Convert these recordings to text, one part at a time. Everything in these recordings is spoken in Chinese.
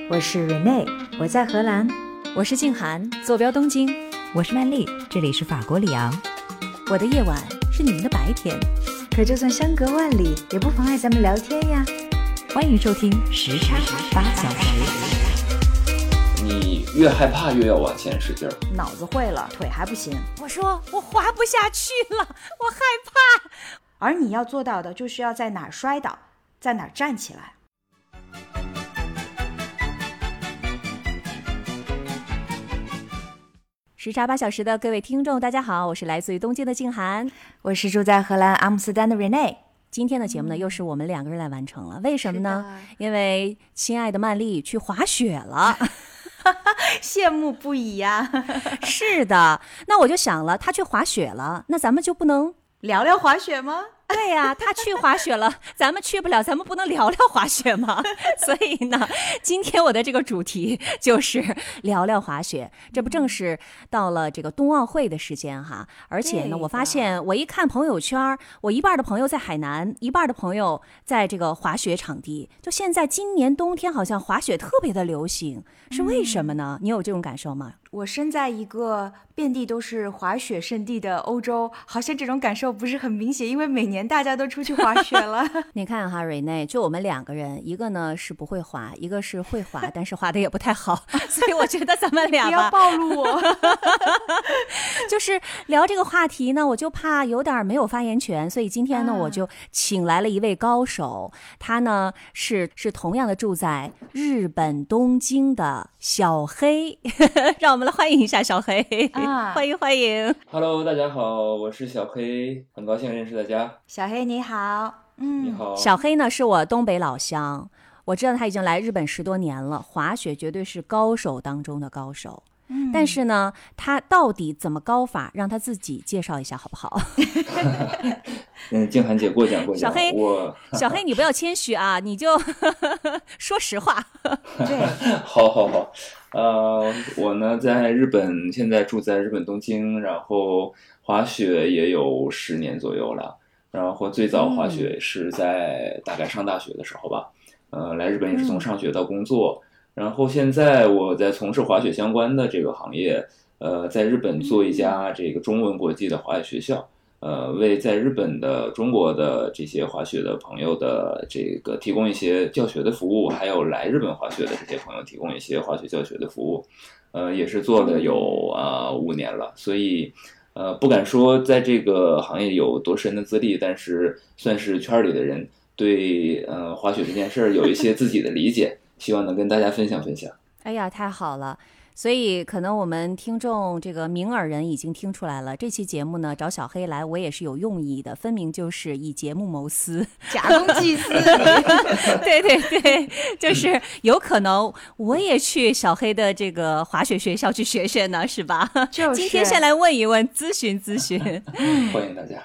我是 Renee， 我在荷兰。 我是静涵，坐标东京。 我是曼丽，这里是法国里昂。 我的夜晚是你们的白天， 可就算相隔万里，也不妨碍咱们聊天呀。 欢迎收听时差8小时。 你越害怕越要往前使劲儿， 脑子会了，腿还不行。 我说我滑不下去了，我害怕。 而你要做到的就是要在哪儿摔倒，在哪儿站起来。 时差8小时的各位听众大家好，我是来自于东京的静涵， 我是住在荷兰阿姆斯特丹的 Renee。 今天的节目呢又是我们2个人来完成了，为什么呢？因为亲爱的曼丽去滑雪了。 羡慕不已呀。 是的，那我就想了，她去滑雪了，那咱们就不能聊聊滑雪吗？ 对呀，他去滑雪了，咱们去不了，咱们不能聊聊滑雪吗？所以呢，今天我的这个主题就是聊聊滑雪。这不正是到了这个冬奥会的时间哈，而且呢，我发现我一看朋友圈，我一半的朋友在海南，一半的朋友在这个滑雪场地。就现在今年冬天好像滑雪特别的流行，是为什么呢？你有这种感受吗？ 我身在一个遍地都是滑雪圣地的欧洲，好像这种感受不是很明显，因为每年大家都出去滑雪了。 你看哈，瑞内，就我们2个人，一个呢是不会滑，一个是会滑，但是滑的也不太好，所以我觉得咱们俩吧， 不要暴露我。 就是聊这个话题呢，我就怕有点没有发言权，所以今天呢，我就请来了一位高手，他呢是同样的住在日本东京的小黑，让我们来欢迎一下小黑。欢迎欢迎。 Hello， 大家好，我是小黑，很高兴认识大家。 小黑你好。 你好。 小黑呢是我东北老乡，我知道他已经来日本10多年了，滑雪绝对是高手当中的高手。但是呢，他到底怎么高法，让他自己介绍一下好不好？ 静涵姐过奖。 小黑你不要谦虚啊，你就说实话。 对， 好。我呢在日本，现在住在日本东京，然后滑雪也有10年左右了。然后最早滑雪是在大概上大学的时候吧。来日本也是从上学到工作。然后现在我在从事滑雪相关的这个行业，在日本做一家这个中文国际的滑雪学校，为在日本的中国的这些滑雪的朋友的这个提供一些教学的服务，还有来日本滑雪的这些朋友提供一些滑雪教学的服务，也是做了有5年了，所以不敢说在这个行业有多深的资历，但是算是圈里的人，对滑雪这件事有一些自己的理解。希望能跟大家分享。 哎呀，太好了！所以可能我们听众这个明耳人已经听出来了，这期节目呢找小黑来，我也是有用意的，分明就是以节目谋私， 假公济私。 对，就是有可能我也去小黑的这个滑雪学校去学学呢，是吧？ 就是今天先来问一问，咨询。 欢迎大家。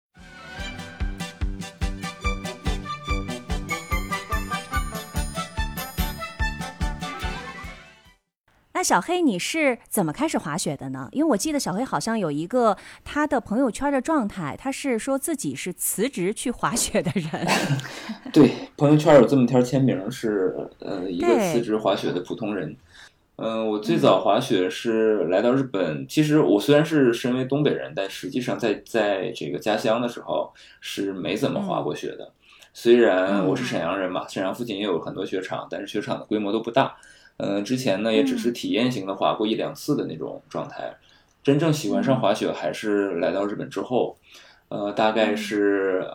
那小黑你是怎么开始滑雪的呢？因为我记得小黑好像有一个他的朋友圈的状态，他是说自己是辞职去滑雪的人。 对，朋友圈有这么条签名，是一个辞职滑雪的普通人。我最早滑雪是来到日本，其实我虽然是身为东北人，但实际上在这个家乡的时候是没怎么滑过雪的。虽然我是沈阳人嘛，沈阳附近也有很多雪场，但是雪场的规模都不大。之前呢也只是体验型的滑过1-2次的那种状态，真正喜欢上滑雪还是来到日本之后，大概是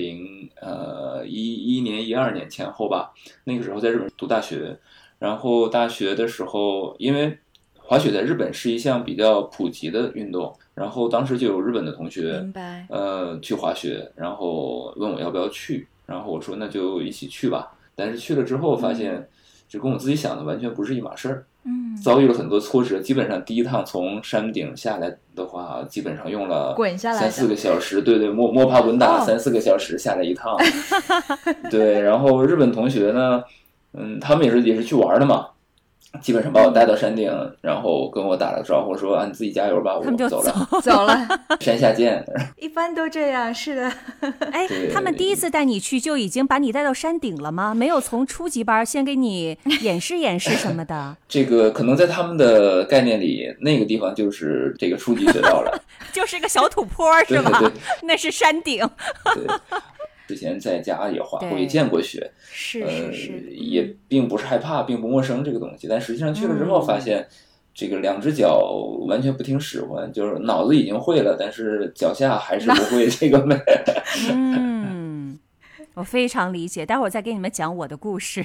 2011年12年前后吧。那个时候在日本读大学，然后大学的时候因为滑雪在日本是一项比较普及的运动，然后当时就有日本的同学去滑雪，然后问我要不要去，然后我说那就一起去吧。但是去了之后发现这跟我自己想的完全不是一码事儿，遭遇了很多挫折。基本上第一趟从山顶下来的话，基本上用了3-4个小时，对，摸爬滚打3-4个小时下来一趟。对，然后日本同学呢，他们也是去玩的嘛， 基本上把我带到山顶，然后跟我打了个招呼说你自己加油吧，我他们就走了， 走了， 山下见。 一般都这样，是的。 哎，他们第一次带你去就已经把你带到山顶了吗？没有从初级班先给你演示演示什么的？ 这个可能在他们的概念里，那个地方就是这个初级学道了， 就是个小土坡是吧？ 对对对， 那是山顶。 对。之前在家也滑过， 对也见过雪， 是， 也并不是害怕，并不陌生这个东西，但实际上去了之后发现，这个两只脚完全不听使唤，就是脑子已经会了，但是脚下还是不会这个我非常理解，待会儿再给你们讲我的故事。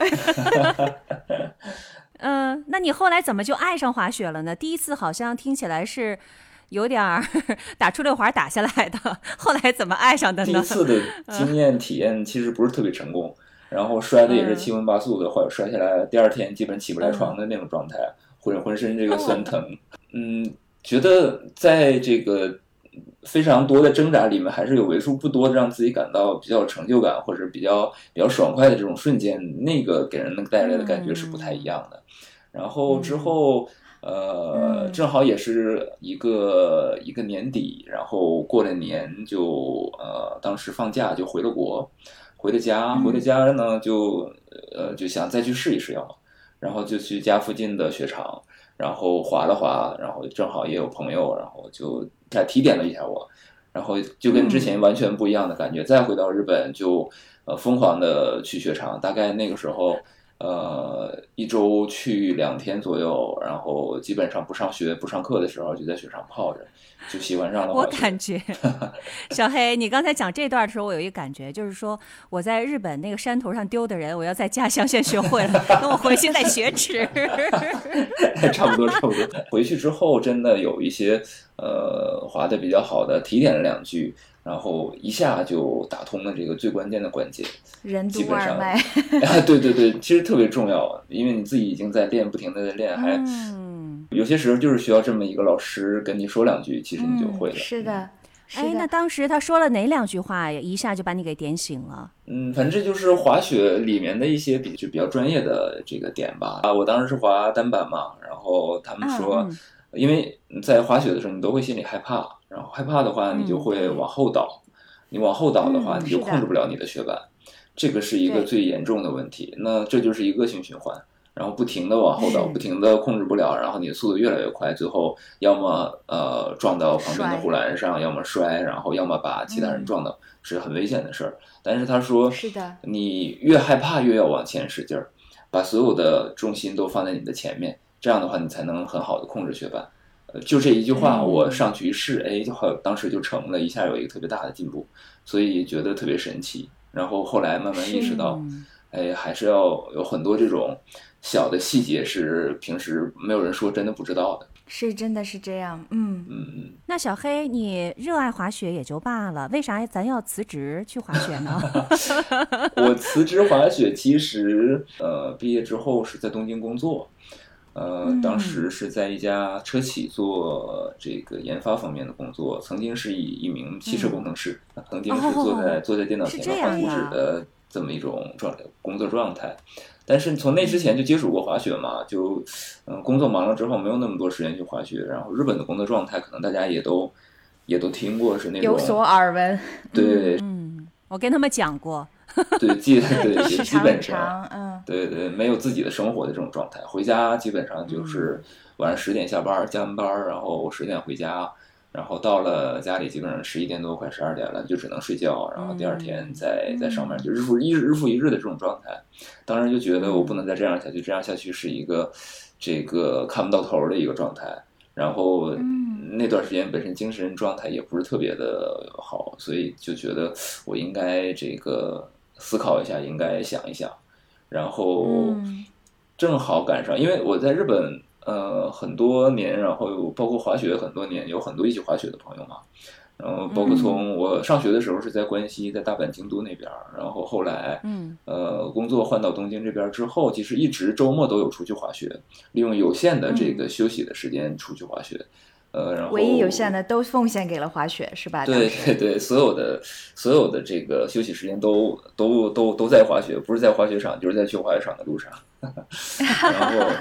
那你后来怎么就爱上滑雪了呢？第一次好像听起来是有点打出溜滑打下来的，后来怎么爱上的呢？ 第一次的经验体验其实不是特别成功，然后摔的也是七荤八素的，或者摔下来第二天基本起不来床的那种状态，浑身这个酸疼。觉得在这个非常多的挣扎里面，还是有为数不多的让自己感到比较有成就感或者比较爽快的这种瞬间，那个给人带来的感觉是不太一样的。然后之后正好也是一个年底，然后过了年就当时放假就回了国，回了家呢就想再去试一试要，然后就去家附近的雪场，然后滑了滑，然后正好也有朋友，然后就提点了一下我，然后就跟之前完全不一样的感觉。再回到日本就疯狂的去雪场，大概那个时候一周去2天左右，然后基本上不上学不上课的时候就在雪场泡着，就喜欢上了滑雪。 我感觉小黑你刚才讲这段的时候，我有一个感觉，就是说我在日本那个山头上丢的人，我要在家乡先学会了，等我回去再学吃。 差不多回去之后真的有一些滑的比较好的提点了2句，然后一下就打通了这个最关键的关节， 任督二脉。 对，其实特别重要，因为你自己已经在练，不停的在练，还有些时候就是需要这么一个老师跟你说2句，其实你就会了。 是的。 那当时他说了哪2句话一下就把你给点醒了？ 反正就是滑雪里面的一些比较专业的这个点吧。我当时是滑单板嘛，然后他们说，因为在滑雪的时候你都会心里害怕，然后害怕的话你就会往后倒，你往后倒的话你就控制不了你的雪板，这个是一个最严重的问题。那这就是一个恶性循环，然后不停的往后倒，不停的控制不了，然后你的速度越来越快，最后要么撞到旁边的护栏上，要么摔，然后要么把其他人撞到，是很危险的事儿。但是他说， 是的， 你越害怕越要往前使劲儿，把所有的重心都放在你的前面，这样的话你才能很好的控制雪板。就这一句话，我上去一试，当时就成了，一下有一个特别大的进步，所以觉得特别神奇。然后后来慢慢意识到，还是要有很多这种小的细节是平时没有人说，真的不知道的。 是，真的是这样。 那小黑，你热爱滑雪也就罢了，为啥咱要辞职去滑雪呢？ 我辞职滑雪，其实毕业之后是在东京工作。当时是在一家车企做这个研发方面的工作，曾经是一名汽车工程师，曾经是坐在电脑前面画图纸的这么一种工作状态。但是从那之前就接触过滑雪嘛，就工作忙了之后没有那么多时间去滑雪。然后日本的工作状态可能大家也都听过，是那种有所耳闻。 对， 我跟他们讲过。 对，基本上， 对，没有自己的生活的这种状态。回家基本上就是晚上10点下班，加完班，然后10点回家，然后到了家里基本上11点多快12点了，就只能睡觉，然后第二天再上班，就日复一日的这种状态。当然就觉得我不能再这样下去，这样下去是一个这个看不到头的一个状态。然后那段时间本身精神状态也不是特别的好，所以就觉得我应该这个思考一下，应该想一想。然后正好赶上，因为我在日本很多年，然后包括滑雪很多年，有很多一起滑雪的朋友嘛。然后包括从我上学的时候是在关西，在大阪、京都那边，然后后来工作换到东京这边之后，其实一直周末都有出去滑雪，利用有限的这个休息的时间出去滑雪。然后唯一有限的都奉献给了滑雪，是吧？ 对，所有的这个休息时间都在滑雪，不是在滑雪场就是在去滑雪场的路上。然后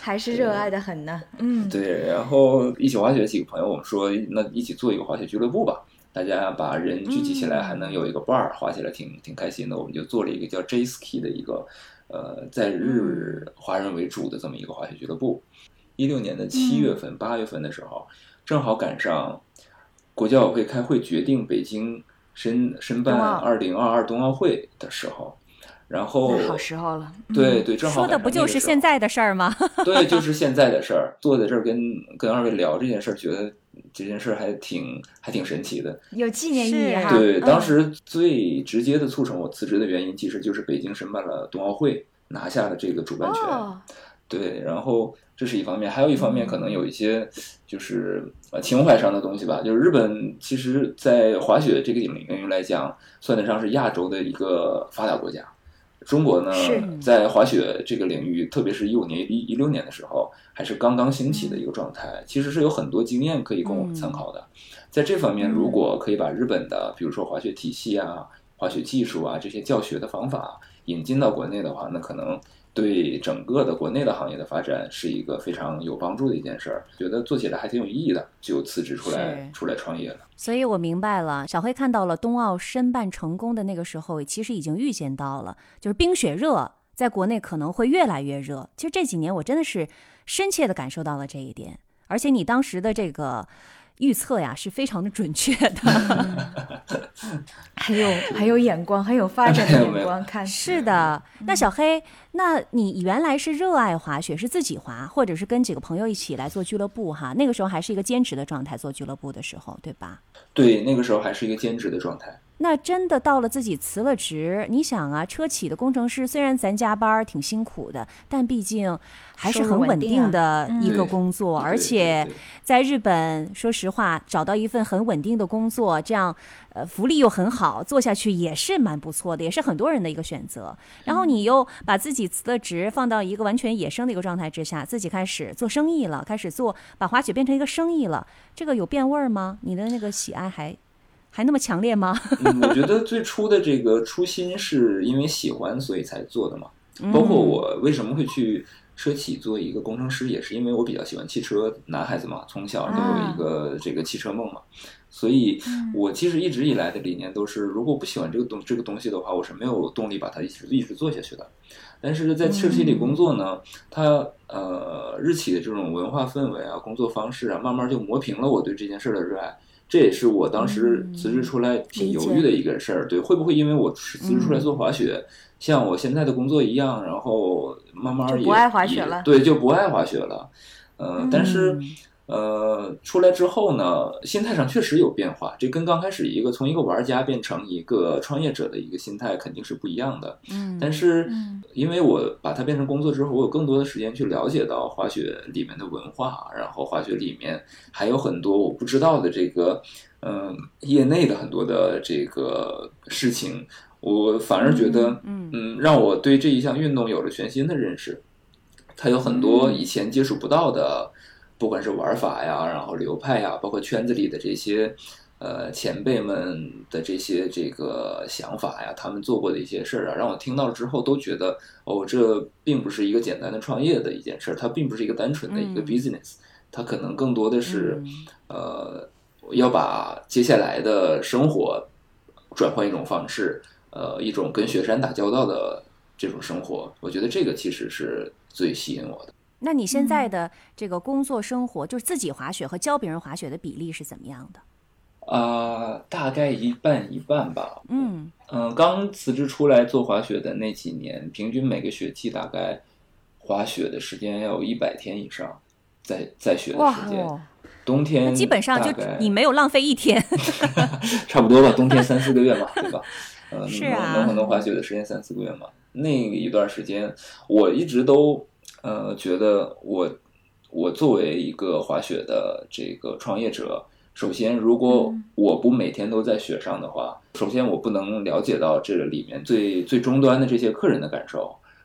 还是热爱的很呢。 对，然后一起滑雪几个朋友，我们说那一起做一个滑雪俱乐部吧，大家把人聚集起来，还能有一个伴儿，滑起来挺开心的。我们就做了一个叫 J-Ski 的一个在日华人为主的这么一个滑雪俱乐部。16年的7月份、8月份的时候，正好赶上国际奥委会开会决定北京申办2022冬奥会的时候。然后好时候了， 对，正好说的不就是现在的事儿吗？ 对，就是现在的事儿。坐在这儿跟二位聊这件事儿，觉得这件事儿还挺神奇的， 有纪念意义哈。 对，当时最直接的促成我辞职的原因，其实就是北京申办了冬奥会，拿下了这个主办权。对，然后这是一方面，还有一方面可能有一些就是情怀上的东西吧。就是日本其实在滑雪这个领域来讲，算得上是亚洲的一个发达国家。中国呢，在滑雪这个领域，特别是15年、16年的时候，还是刚刚兴起的一个状态，其实是有很多经验可以供我们参考的。在这方面，如果可以把日本的，比如说滑雪体系啊、滑雪技术啊这些教学的方法引进到国内的话，那可能对整个的国内的行业的发展是一个非常有帮助的一件事儿，觉得做起来还挺有意义的，就辞职出来创业了。 所以我明白了，小黑看到了冬奥申办成功的那个时候，其实已经预见到了，就是冰雪热在国内可能会越来越热。其实这几年我真的是深切地感受到了这一点，而且你当时的这个预测呀是非常的准确的。 很有眼光，很有发展的眼光看。 是的，那小黑，那你原来是热爱滑雪，是自己滑，或者是跟几个朋友一起来做俱乐部哈？那个时候还是一个兼职的状态，做俱乐部的时候，对吧？ 对，那个时候还是一个兼职的状态。 那真的到了自己辞了职，你想啊，车企的工程师虽然咱加班挺辛苦的，但毕竟还是很稳定的一个工作，而且在日本，说实话，找到一份很稳定的工作，这样福利又很好，做下去也是蛮不错的，也是很多人的一个选择。然后你又把自己辞了职，放到一个完全野生的一个状态之下，自己开始做生意了，开始把滑雪变成一个生意了，这个有变味儿吗？你的那个喜爱还那么强烈吗？ 我觉得最初的这个初心是因为喜欢所以才做的嘛。包括我为什么会去车企做一个工程师，也是因为我比较喜欢汽车，男孩子嘛，从小都有一个这个汽车梦嘛。所以我其实一直以来的理念都是，如果不喜欢这个东西的话，我是没有动力把它一直做下去的。但是在车企里工作呢，它日企的这种文化氛围啊、工作方式啊，慢慢就磨平了我对这件事的热爱。这也是我当时辞职出来挺犹豫的一个事儿，对，会不会因为我辞职出来做滑雪，像我现在的工作一样，然后慢慢就不爱滑雪了， 对，就不爱滑雪了，但是出来之后呢，心态上确实有变化，这跟刚开始从一个玩家变成一个创业者的一个心态肯定是不一样的。但是因为我把它变成工作之后，我有更多的时间去了解到滑雪里面的文化，然后滑雪里面还有很多我不知道的这个业内的很多的这个事情，我反而觉得让我对这一项运动有了全新的认识。它有很多以前接触不到的，不管是玩法呀，然后流派呀，包括圈子里的这些前辈们的这些这个想法呀，他们做过的一些事儿啊，让我听到了之后都觉得这并不是一个简单的创业的一件事儿，它并不是一个单纯的一个 business，它可能更多的是要把接下来的生活转换一种方式，一种跟雪山打交道的这种生活，我觉得这个其实是最吸引我的。 那你现在的这个工作生活，就是自己滑雪和教别人滑雪的比例是怎么样的？ 大概一半一半吧。刚辞职出来做滑雪的那几年，平均每个雪季大概滑雪的时间要有100天以上，在雪的时间。冬天基本上就你没有浪费一天。 差不多吧，冬天3-4个月嘛，对吧？ 是啊， 能滑雪的时间3-4个月嘛。那一段时间，我一直都觉得我作为一个滑雪的这个创业者，首先如果我不每天都在雪上的话，首先我不能了解到这个里面最终端的这些客人的感受，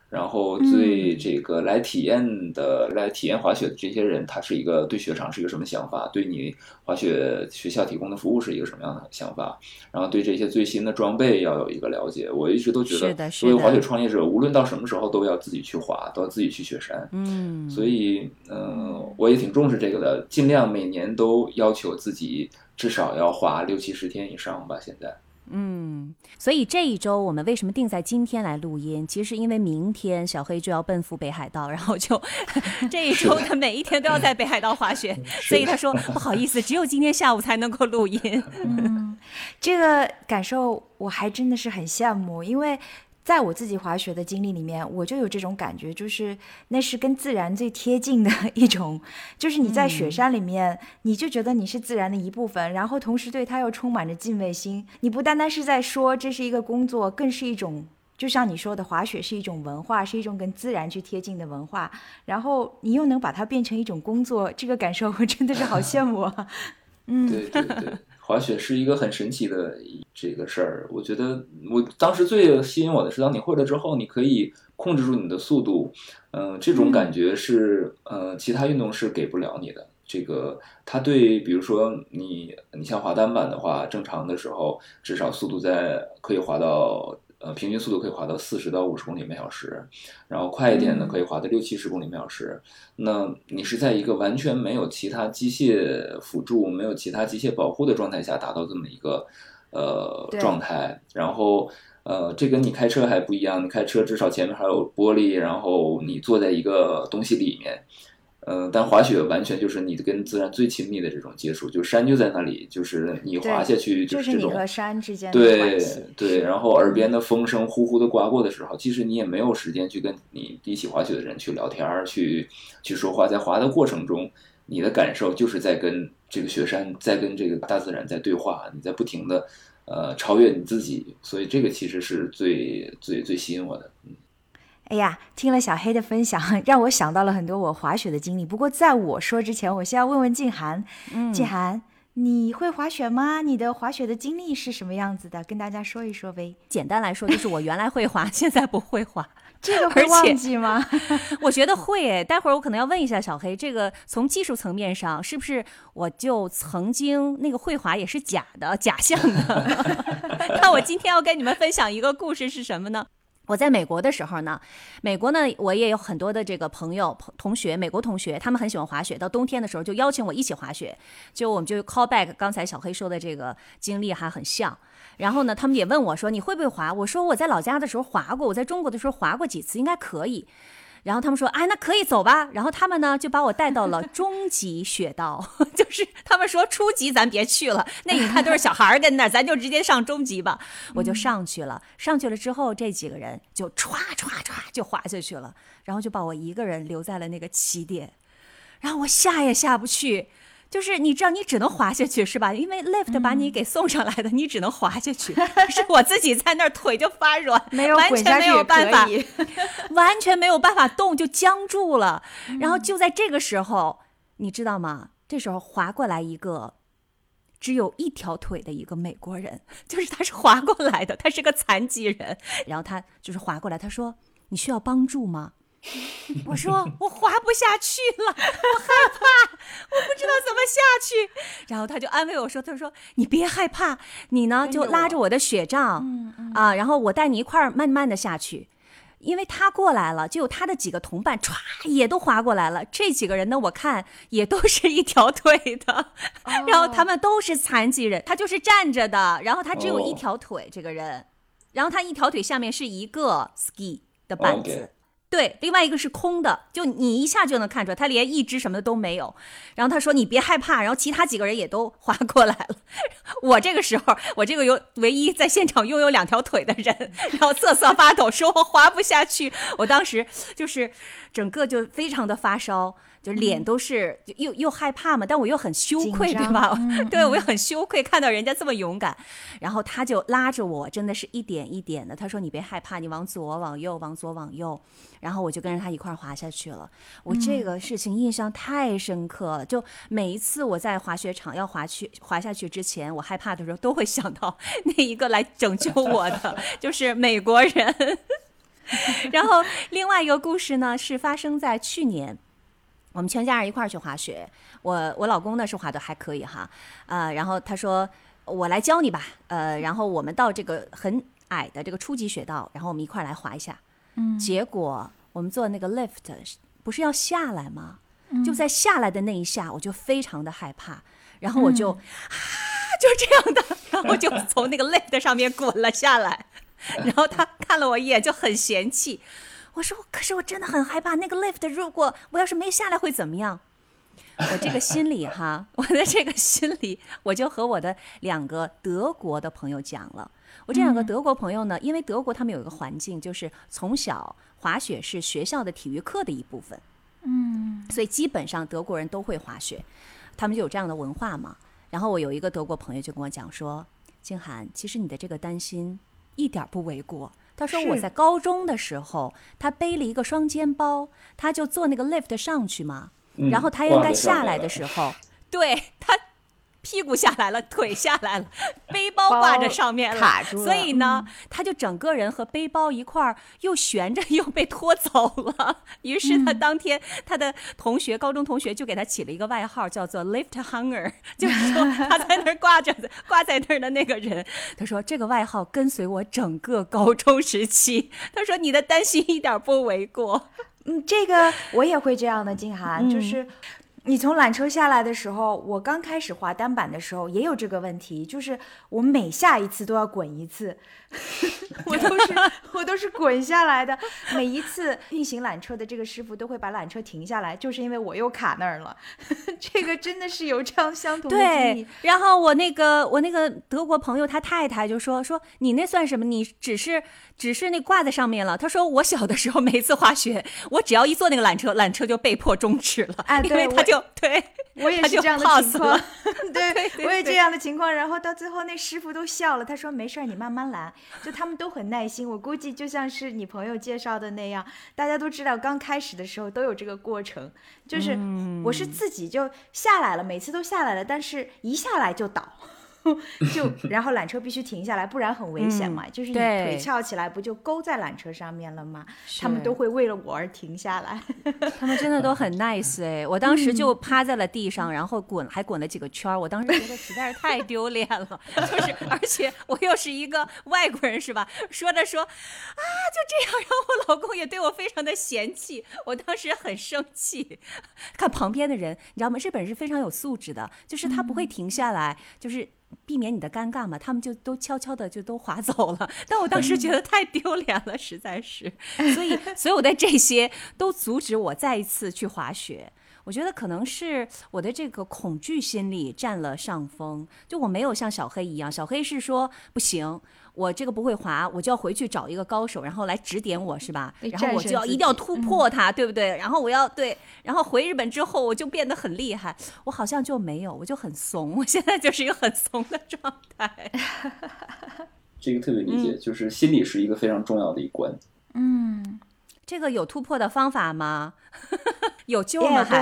然后对这个来体验滑雪的这些人，他是一个对雪场是一个什么想法，对你滑雪学校提供的服务是一个什么样的想法，然后对这些最新的装备要有一个了解。我一直都觉得作为滑雪创业者，无论到什么时候都要自己去滑，都要自己去雪山。所以我也挺重视这个的，尽量每年都要求自己至少要滑60-70天以上吧现在。 所以这一周我们为什么定在今天来录音，其实因为明天小黑就要奔赴北海道，然后就这一周他每一天都要在北海道滑雪，所以他说不好意思，只有今天下午才能够录音。 这个感受我还真的是很羡慕，因为在我自己滑雪的经历里面，我就有这种感觉，就是那是跟自然最贴近的一种，就是你在雪山里面，你就觉得你是自然的一部分，然后同时对它又充满着敬畏心。你不单单是在说这是一个工作，更是一种，就像你说的，滑雪是一种文化，是一种跟自然去贴近的文化，然后你又能把它变成一种工作，这个感受我真的是好羡慕啊。 对对对，滑雪是一个很神奇的这个事儿。我觉得我当时最吸引我的是，当你会了之后，你可以控制住你的速度。这种感觉是其他运动是给不了你的。这个它对，比如说你像滑单板的话，正常的时候至少速度可以滑到平均速度可以滑到40到50公里每小时，然后快一点呢可以滑到60-70公里每小时。那你是在一个完全没有其他机械辅助、没有其他机械保护的状态下达到这么一个状态，然后这跟你开车还不一样，你开车至少前面还有玻璃，然后你坐在一个东西里面。但滑雪完全就是你跟自然最亲密的这种接触，就山就在那里，就是你滑下去就是这种， 就是你和山之间的关系。 对，然后耳边的风声呼呼的刮过的时候，其实你也没有时间去跟你一起滑雪的人去聊天去说话，在滑的过程中，你的感受就是在跟这个雪山，在跟这个大自然在对话，你在不停的超越你自己，所以这个其实是最吸引我的。 哎呀，听了小黑的分享，让我想到了很多我滑雪的经历。不过在我说之前，我先要问问静涵。静涵，你会滑雪吗？你的滑雪的经历是什么样子的？跟大家说一说呗。 简单来说，就是我原来会滑，现在不会滑。 这个会忘记吗？ 我觉得会诶，待会儿我可能要问一下小黑，这个从技术层面上，是不是我就曾经那个会滑也是假的、假象的？那我今天要跟你们分享一个故事是什么呢？我在美国的时候呢，我也有很多的这个朋友、同学，美国同学，他们很喜欢滑雪，到冬天的时候就邀请我一起滑雪，我们就 call back 刚才小黑说的这个经历还很像。然后呢，他们也问我说你会不会滑？我说我在老家的时候滑过，我在中国的时候滑过几次，应该可以。然后他们说那可以走吧。然后他们呢就把我带到了中级雪道，就是他们说初级咱别去了，那你看都是小孩跟那儿，咱就直接上中级吧。我就上去了，上去了之后这几个人就歘歘歘就滑下去了，然后就把我一个人留在了那个起点，然后我下也下不去。就是你知道你只能滑下去是吧，因为 lift 把你给送上来的，你只能滑下去。是我自己在那儿腿就发软，完全没有办法，完全没有办法动，就僵住了。然后就在这个时候，你知道吗，这时候滑过来一个只有一条腿的一个美国人，就是他是滑过来的，他是个残疾人。然后他就是滑过来，他说你需要帮助吗？我说我滑不下去了，我害怕，我不知道怎么下去。然后他就安慰我说，他说你别害怕，你呢就拉着我的雪杖然后我带你一块儿慢慢的下去。因为他过来了，就有他的几个同伴歘也都滑过来了，这几个人呢我看也都是一条腿的然后他们都是残疾人，他就是站着的，然后他只有一条腿这个人，然后他一条腿下面是一个 ski 的板子对，另外一个是空的，就你一下就能看出来，他连一只什么的都没有。然后他说你别害怕，然后其他几个人也都滑过来了。我这个时候，我这个唯一在现场拥有2条腿的人，然后瑟瑟发抖，说我滑不下去。我当时就是整个就非常的发烧。就脸都是又害怕嘛，但我又很羞愧，对吧？对，我又很羞愧，看到人家这么勇敢，然后他就拉着我，真的是一点一点的。他说：“你别害怕，你往左往右，往左往右。”然后我就跟着他一块滑下去了。我这个事情印象太深刻了，就每一次我在滑雪场要滑下去之前，我害怕的时候都会想到那一个来拯救我的，就是美国人。 然后另外一个故事呢，是发生在去年。我们全家人一块儿去滑雪，我老公呢是滑的还可以哈，然后他说我来教你吧，然后我们到这个很矮的这个初级雪道，然后我们一块儿来滑一下。结果我们坐那个 lift 不是要下来吗？就在下来的那一下，我就非常的害怕，然后我就就这样的，然后就从那个 lift 上面滚了下来，然后他看了我一眼就很嫌弃。我说可是我真的很害怕，那个 lift 如果我要是没下来会怎么样？我这个心里哈，我的这个心里，我就和我的2个德国的朋友讲了。我这2个德国朋友呢，因为德国他们有一个环境，就是从小滑雪是学校的体育课的一部分，所以基本上德国人都会滑雪，他们就有这样的文化嘛。然后我有一个德国朋友就跟我讲说，静涵，其实你的这个担心一点不为过。他说我在高中的时候，他背了一个双肩包，他就坐那个 lift 上去嘛，然后他应该下来的时候，对，他屁股下来了，腿下来了，背包挂着上面了， 卡住了， 所以呢，他就整个人和背包一块儿又悬着又被拖走了。于是他当天他的同学，高中同学就给他起了一个外号，叫做 lift hanger， 就是说他在那儿挂在那儿的那个人。他说这个外号跟随我整个高中时期。他说你的担心一点不为过。 这个我也会这样的，静涵，就是你从缆车下来的时候，我刚开始滑单板的时候也有这个问题，就是我每下一次都要滚一次，我都是滚下来的。每一次运行缆车的这个师傅都会把缆车停下来，就是因为我又卡那儿了。这个真的是有这样相同的经历。 对，然后我那个德国朋友他太太就说你那算什么？你只是那挂在上面了。他说我小的时候每一次滑雪，我只要一坐那个缆车就被迫终止了，因为他就对， 我也是这样的情况。 对， 我也这样的情况。然后到最后那师傅都笑了，他说没事儿，你慢慢来。就他们都很耐心，我估计就像是你朋友介绍的那样，大家都知道刚开始的时候都有这个过程，就是我是自己就下来了，每次都下来了，但是一下来就倒。然后缆车必须停下来，不然很危险嘛。就是你腿翘起来，不就勾在缆车上面了吗？他们都会为了我而停下来。 他们真的都很 nice 哎！我当时就趴在了地上，然后还滚了几个圈。我当时觉得实在是太丢脸了，就是而且我又是一个外国人是吧？说就这样，然后我老公也对我非常的嫌弃，我当时很生气。看旁边的人，你知道吗？日本人是非常有素质的，就是他不会停下来，就是避免你的尴尬嘛，他们就都悄悄的就都滑走了。但我当时觉得太丢脸了，实在是，所以我的这些都阻止我再一次去滑雪。我觉得可能是我的这个恐惧心理占了上风，就我没有像小黑一样，小黑是说不行，我这个不会滑，我就要回去找一个高手，然后来指点我，是吧？然后我就一定要突破它，对不对？然后然后回日本之后我就变得很厉害。我好像就没有，我就很怂，我现在就是一个很怂的状态。 这个特别理解，就是心理是一个非常重要的一关。 这个有突破的方法吗？有救吗？还？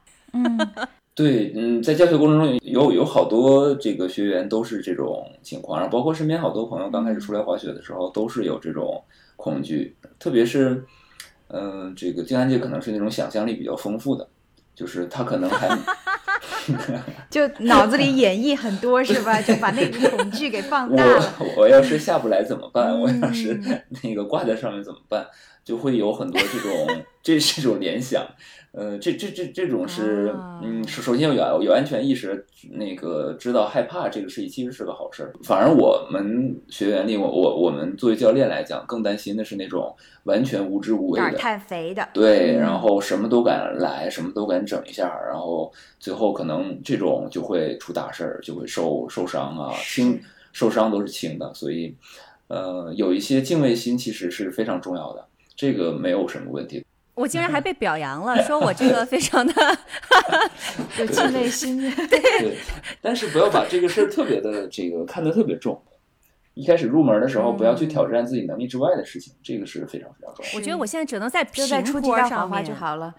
对，在教学过程中有好多这个学员都是这种情况，然后包括身边好多朋友刚开始出来滑雪的时候都是有这种恐惧，特别是这个静安姐可能是那种想象力比较丰富的，就是她可能还就脑子里演绎很多是吧？就把那个恐惧给放大了。 我要是下不来怎么办？我要是那个挂在上面怎么办？就会有很多这种联想。这种是首先有安全意识，那个知道害怕这个事情其实是个好事。反而我们学员里，我们作为教练来讲，更担心的是那种完全无知无畏的、 胆太肥的， 对，然后什么都敢来，什么都敢整一下，然后最后可能这种就会出大事儿，就会受伤啊，受伤都是轻的，所以有一些敬畏心其实是非常重要的，这个没有什么问题。 我竟然还被表扬了，说我这个非常的有敬畏心。 对，但是不要把这个事儿特别的这个看得特别重。一开始入门的时候，不要去挑战自己能力之外的事情，这个是非常非常重要。 我觉得我现在只能在平初级道上面就好了，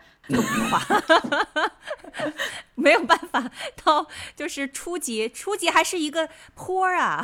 没有办法到就是初级还是一个坡啊。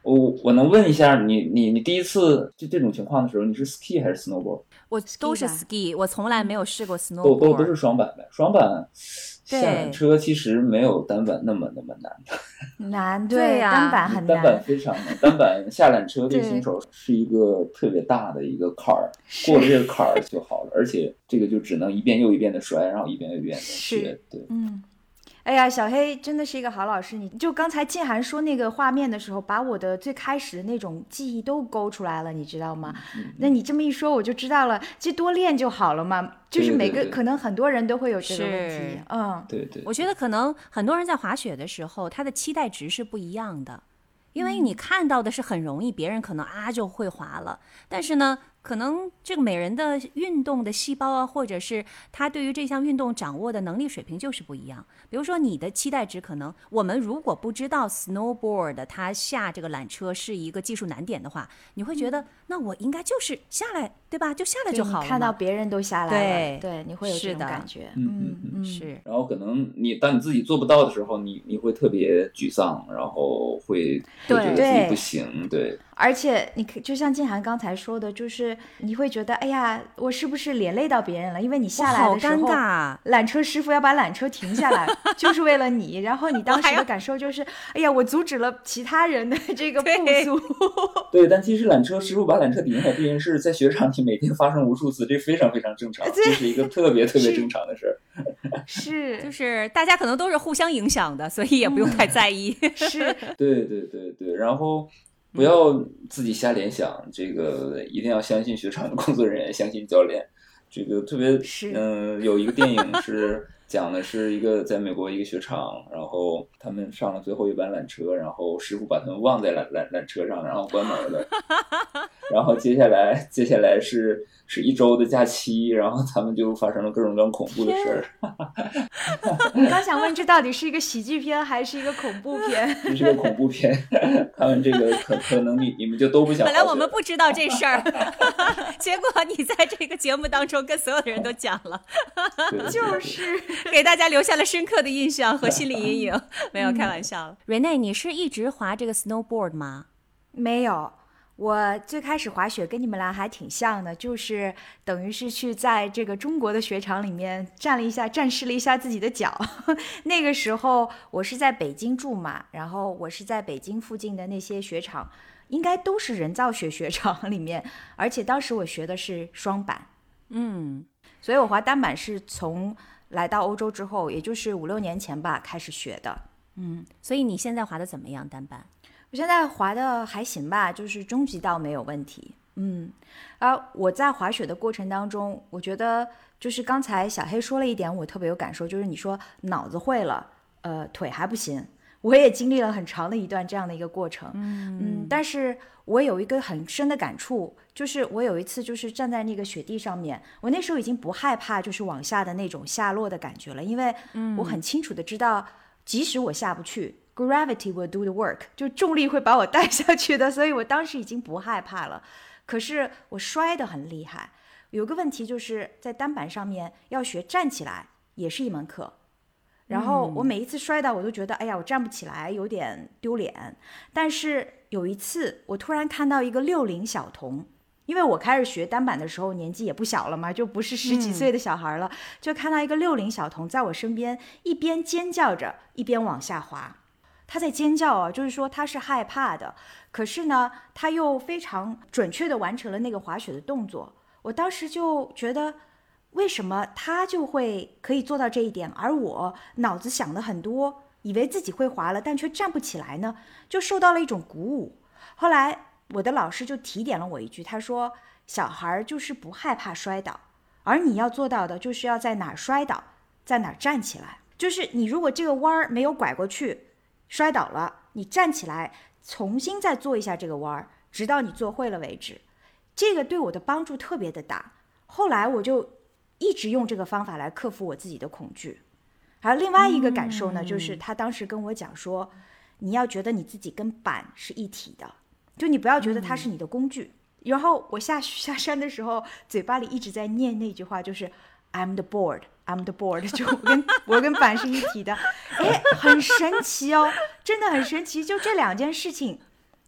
我能问一下你第一次就这种情况的时候，你是 ski 还是 snowboard？ 我都是吧 ski， 我从来没有试过都 snowboard。 是双板呗。双板对下缆车其实没有单板那么难的， 难， 对呀单板很单板难。 非常难。单板下缆车对新手是一个特别大的一个坎儿，过了这个坎儿就好了，而且这个就只能一遍又一遍的摔，然后一遍又一遍的学。对， 哎呀，小黑真的是一个好老师。你就刚才静涵说那个画面的时候，把我的最开始的那种记忆都勾出来了，你知道吗？那你这么一说，我就知道了，其实多练就好了嘛。就是每个可能很多人都会有这个问题。 对对。 我觉得可能很多人在滑雪的时候，他的期待值是不一样的，因为你看到的是很容易，别人可能就会滑了，但是呢，可能这个每人的运动的细胞啊，或者是他对于这项运动掌握的能力水平就是不一样。比如说你的期待值，可能我们如果不知道 snowboard 它下这个缆车是一个技术难点的话，你会觉得那我应该就是下来，对吧？就下来就好了嘛。 看到别人都下来了，对，你会有这种感觉。 是。 然后可能当你自己做不到的时候，你会特别沮丧，然后会觉得自己不行，对。 而且你就像静涵刚才说的，就是你会觉得，哎呀，我是不是连累到别人了？因为你下来的时候， 好尴尬， 缆车师傅要把缆车停下来，就是为了你。然后你当时的感受就是，哎呀，我阻止了其他人的这个步速。 对，但其实缆车师傅把缆车停下来这件事，在雪场里每天发生无数次，这非常非常正常，这是一个特别特别正常的事儿。 是， 就是大家可能都是互相影响的，所以也不用太在意。 是， 对对对对，然后不要自己瞎联想，这个一定要相信雪场的工作人员，相信教练。这个特别有一个电影是讲的是一个在美国一个雪场，然后他们上了最后一班缆车，然后师傅把他们忘在缆车上，然后关门了。然后接下来是一周的假期，然后他们就发生了各种各样恐怖的事儿。 我刚想问，这到底是一个喜剧片还是一个恐怖片？ 这是个恐怖片，他们这个可能你们就都不想。 本来我们不知道这事儿，结果你在这个节目当中跟所有的人都讲了， 就是给大家留下了深刻的印象和心理阴影。没有开玩笑。Renee， 你是一直滑这个 snowboard 吗？ 没有。我最开始滑雪跟你们俩还挺像的，就是等于是去在这个中国的雪场里面展示了一下自己的脚。那个时候我是在北京住嘛，然后我是在北京附近的那些雪场，应该都是人造雪场里面，而且当时我学的是双板，所以我滑单板是从来到欧洲之后，也就是5-6年前吧开始学的。 所以你现在滑的怎么样单板？ 我现在滑的还行吧，就是中级道没有问题。而我在滑雪的过程当中，我觉得就是刚才小黑说了一点，我特别有感受，就是你说脑子会了，腿还不行。我也经历了很长的一段这样的一个过程。但是我有一个很深的感触，就是我有一次就是站在那个雪地上面，我那时候已经不害怕就是往下的那种下落的感觉了，因为我很清楚的知道，即使我下不去，Gravity will do the work， 就重力会把我带下去的，所以我当时已经不害怕了。可是我摔得很厉害，有个问题就是在单板上面要学站起来也是一门课，然后我每一次摔倒我都觉得哎呀我站不起来有点丢脸。但是有一次我突然看到一个60小童，因为我开始学单板的时候年纪也不小了嘛，就不是10几岁的小孩了，就看到一个60小童在我身边一边尖叫着一边往下滑。他在尖叫啊，就是说他是害怕的，可是呢他又非常准确地完成了那个滑雪的动作。我当时就觉得为什么他就会可以做到这一点，而我脑子想的很多，以为自己会滑了但却站不起来呢，就受到了一种鼓舞。后来我的老师就提点了我一句，他说小孩就是不害怕摔倒，而你要做到的就是要在哪儿摔倒在哪儿站起来，就是你如果这个弯没有拐过去摔倒了，你站起来重新再做一下这个弯，直到你做会了为止。这个对我的帮助特别的大，后来我就一直用这个方法来克服我自己的恐惧。还有另外一个感受呢，就是他当时跟我讲说，你要觉得你自己跟板是一体的，就你不要觉得它是你的工具。然后我下山的时候嘴巴里一直在念那句话，就是 I'm the board，I'm the board， 就我跟板是一体的。哎，很神奇哦，真的很神奇。就这2件事情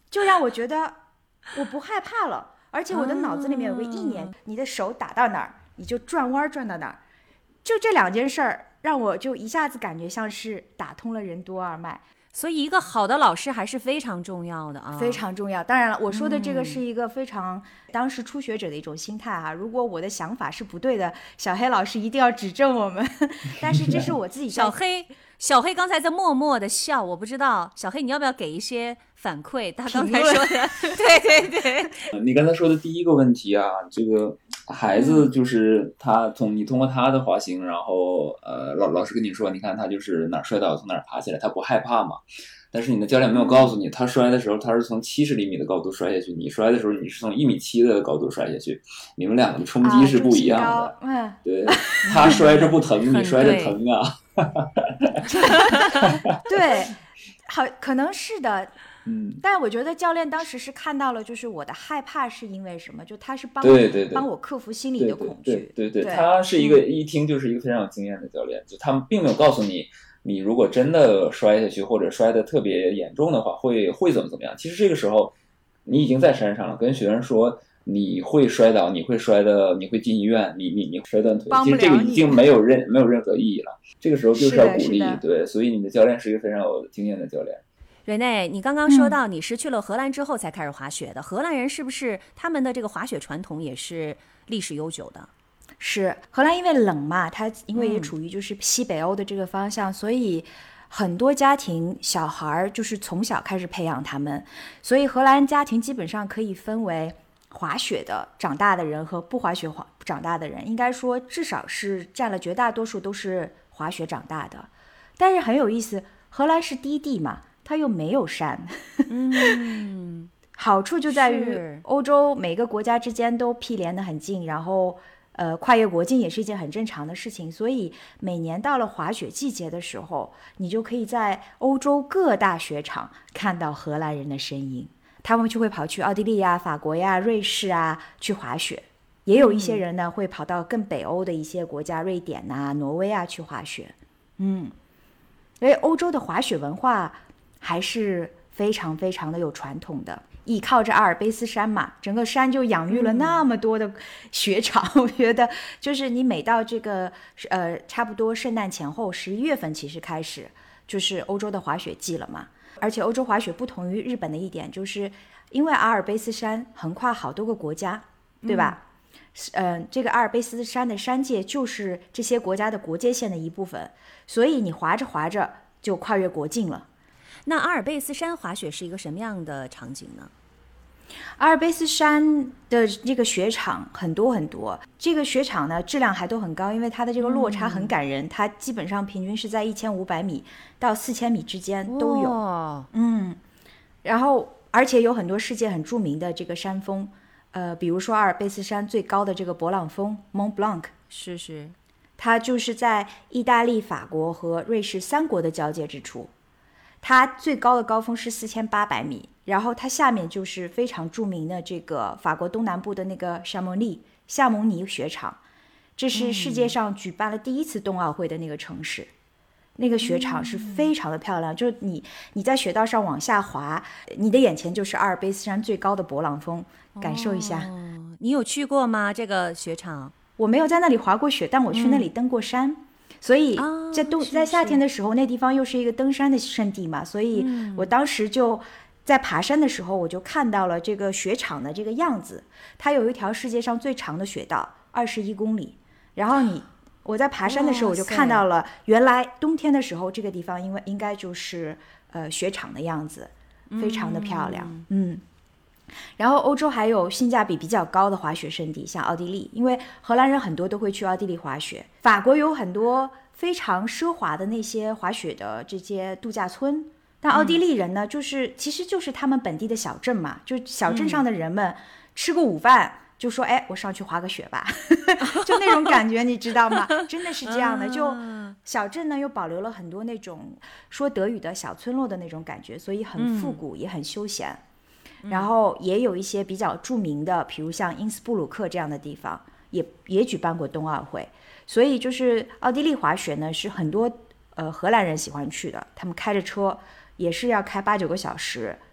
就让我觉得我不害怕了，而且我的脑子里面有个意念，你的手打到哪儿，你就转弯转到哪儿。就这2件事儿，让我就一下子感觉像是打通了任督二脉。 所以一个好的老师还是非常重要的啊， 非常重要。当然了，我说的这个是一个非常当时初学者的一种心态哈。如果我的想法是不对的，小黑老师一定要指正我们。但是这是我自己小黑刚才在默默的笑，我不知道小黑你要不要给一些反馈？他刚才说的，对， 你刚才说的第一个问题啊，这个孩子就是你通过他的滑行，然后老师跟你说，你看他就是哪儿摔倒从哪儿爬起来，他不害怕嘛。但是你的教练没有告诉你，他摔的时候他是从70厘米的高度摔下去，你摔的时候你是从1.7米的高度摔下去，你们两个的冲击是不一样的。对，他摔着不疼，你摔着疼啊。 对，好，可能是的。但我觉得教练当时是看到了，就是我的害怕是因为什么，就他是帮我克服心理的恐惧。 对，他是一个一听就是一个非常有经验的教练，就他们并没有告诉你，你如果真的摔下去或者摔得特别严重的话，会怎么样。其实这个时候你已经在山上了，跟学员说你会摔倒，你会进医院，你摔断腿，其实这个已经没有任何意义了。这个时候就是要鼓励，对，所以你的教练是一个非常有经验的教练。 瑞内，你刚刚说到你是去了荷兰之后才开始滑雪的，荷兰人是不是他们的这个滑雪传统也是历史悠久的？ 是，荷兰因为冷嘛，它因为也处于就是西北欧的这个方向，所以很多家庭小孩就是从小开始培养他们，所以荷兰家庭基本上可以分为滑雪的长大的人和不滑雪长大的人，应该说至少是占了绝大多数都是滑雪长大的。但是很有意思，荷兰是低地嘛，它又没有山。好处就在于欧洲每个国家之间都毗连得很近，然后跨越国境也是一件很正常的事情，所以每年到了滑雪季节的时候，你就可以在欧洲各大雪场看到荷兰人的身影。他们就会跑去奥地利呀、法国呀、瑞士啊去滑雪，也有一些人呢会跑到更北欧的一些国家，瑞典啊、挪威啊去滑雪。所以欧洲的滑雪文化还是非常非常的有传统的，依靠着阿尔卑斯山嘛，整个山就养育了那么多的雪场。我觉得就是你每到这个差不多圣诞前后11月份其实开始就是欧洲的滑雪季了嘛。而且欧洲滑雪不同于日本的一点，就是因为阿尔卑斯山横跨好多个国家，对吧？这个阿尔卑斯山的山界就是这些国家的国界线的一部分，所以你滑着滑着就跨越国境了。 那阿尔卑斯山滑雪是一个什么样的场景呢？ 阿尔卑斯山的这个雪场很多很多，这个雪场呢质量还都很高，因为它的这个落差很感人，它基本上平均是在1500米到4000米之间都有。然后而且有很多世界很著名的这个山峰，比如说阿尔卑斯山最高的这个勃朗峰 Mont Blanc， 是， 它就是在意大利、法国和瑞士3国的交界之处。它最高的高峰是4800米，然后它下面就是非常著名的这个法国东南部的那个夏蒙尼雪场，这是世界上举办了第一次冬奥会的那个城市。那个雪场是非常的漂亮，就是你在雪道上往下滑，你的眼前就是阿尔卑斯山最高的勃朗峰，感受一下。 你有去过吗？这个雪场？ 我没有在那里滑过雪，但我去那里登过山。所以在夏天的时候，那地方又是一个登山的圣地嘛，所以我当时就在爬山的时候，我就看到了这个雪场的这个样子。它有一条世界上最长的雪道，21公里。然后我在爬山的时候，我就看到了原来冬天的时候这个地方应该就是雪场的样子，非常的漂亮。然后欧洲还有性价比比较高的滑雪胜地，像奥地利，因为荷兰人很多都会去奥地利滑雪。法国有很多非常奢华的那些滑雪的这些度假村，但奥地利人呢，其实就是他们本地的小镇嘛，就小镇上的人们吃过午饭就说，哎，我上去滑个雪吧，就那种感觉，你知道吗？真的是这样的。就小镇呢又保留了很多那种说德语的小村落的那种感觉，所以很复古，也很休闲。然后也有一些比较著名的，比如像因斯布鲁克这样的地方，也举办过冬奥会。所以就是奥地利滑雪呢，是很多荷兰人喜欢去的，他们开着车也是要开8-9个小时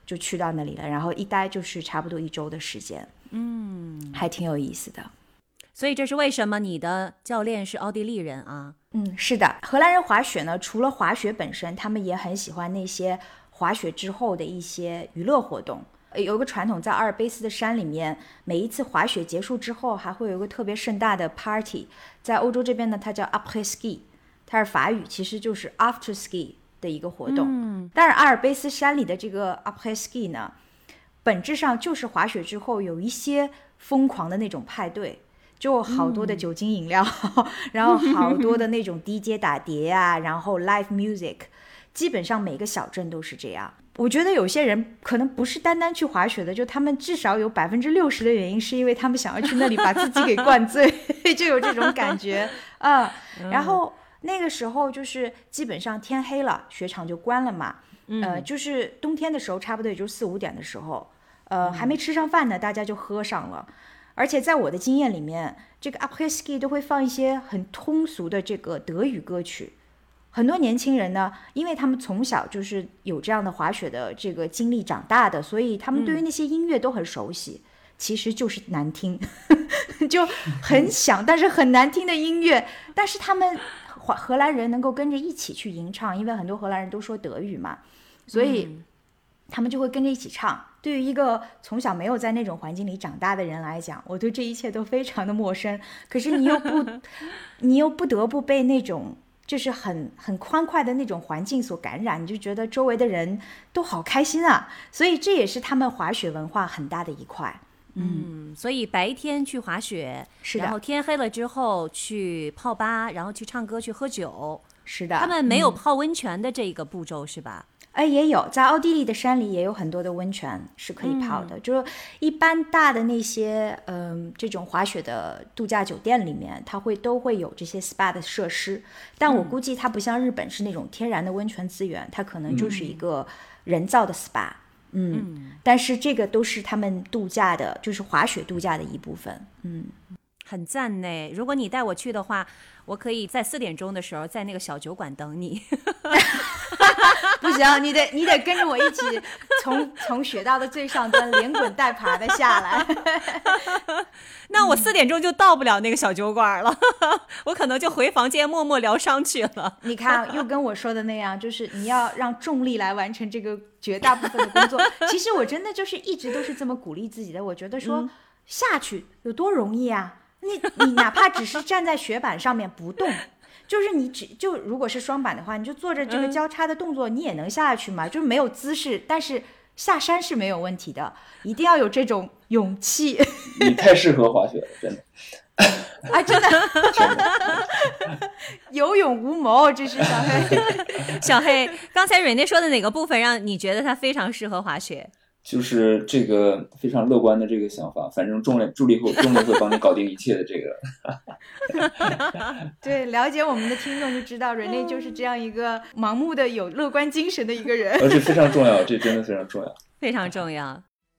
就去到那里了，然后一待就是差不多1周的时间，还挺有意思的。 所以这是为什么你的教练是奥地利人啊？ 是的，荷兰人滑雪呢，除了滑雪本身，他们也很喜欢那些滑雪之后的一些娱乐活动。有个传统，在阿尔卑斯的山里面，每一次滑雪结束之后，还会有一个特别盛大的 party。在欧洲这边呢，它叫 après ski， 它是法语，其实就是 after ski 的一个活动。但是阿尔卑斯山里的这个 après ski 呢，本质上就是滑雪之后有一些疯狂的那种派对。就好多的酒精饮料，然后好多的那种 DJ 打碟啊，然后 live music， 基本上每个小镇都是这样。我觉得有些人可能不是单单去滑雪的，就他们至少有60%的原因是因为他们想要去那里把自己给灌醉，就有这种感觉啊。然后那个时候就是基本上天黑了，雪场就关了嘛。就是冬天的时候，差不多也就4、5点的时候，还没吃上饭呢，大家就喝上了。而且在我的经验里面，这个 après ski 都会放一些很通俗的这个德语歌曲。很多年轻人呢，因为他们从小就是有这样的滑雪的这个经历长大的，所以他们对于那些音乐都很熟悉。其实就是难听，就很响但是很难听的音乐，但是他们荷兰人能够跟着一起去吟唱，因为很多荷兰人都说德语嘛，所以他们就会跟着一起唱。对于一个从小没有在那种环境里长大的人来讲，我对这一切都非常的陌生。可是你又不得不被那种就是很欢快的那种环境所感染，你就觉得周围的人都好开心啊。所以这也是他们滑雪文化很大的一块。 所以白天去滑雪， 是的， 然后天黑了之后去泡吧，然后去唱歌去喝酒。 是的， 他们没有泡温泉的这个步骤是吧？ 也有，在奥地利的山里也有很多的温泉是可以泡的。就一般大的那些这种滑雪的度假酒店里面，它都会有这些 SPA 的设施，但我估计它不像日本是那种天然的温泉资源，它可能就是一个人造的 SPA。但是这个都是他们度假的，就是滑雪度假的一部分。 很赞呢。如果你带我去的话，我可以在4点钟的时候在那个小酒馆等你。 不行，你得跟着我一起从雪道的最上端连滚带爬的下来。 那我4点钟就到不了那个小酒馆了，我可能就回房间默默疗伤去了。 你看，又跟我说的那样，就是你要让重力来完成这个绝大部分的工作。其实我真的就是一直都是这么鼓励自己的，我觉得说下去有多容易啊，你哪怕只是站在雪板上面不动。就是就如果是双板的话，你就做着这个交叉的动作，你也能下去嘛，就是没有姿势，但是下山是没有问题的，一定要有这种勇气。 你太适合滑雪了，真的。 真的有勇无谋，这是小黑。 小黑，刚才瑞内说的哪个部分让你觉得他非常适合滑雪？ 就是这个非常乐观的这个想法，反正重力会帮你搞定一切的这个。 对，了解我们的听众就知道，瑞内就是这样一个盲目的有乐观精神的一个人， 而且非常重要，这真的非常重要， 非常重要。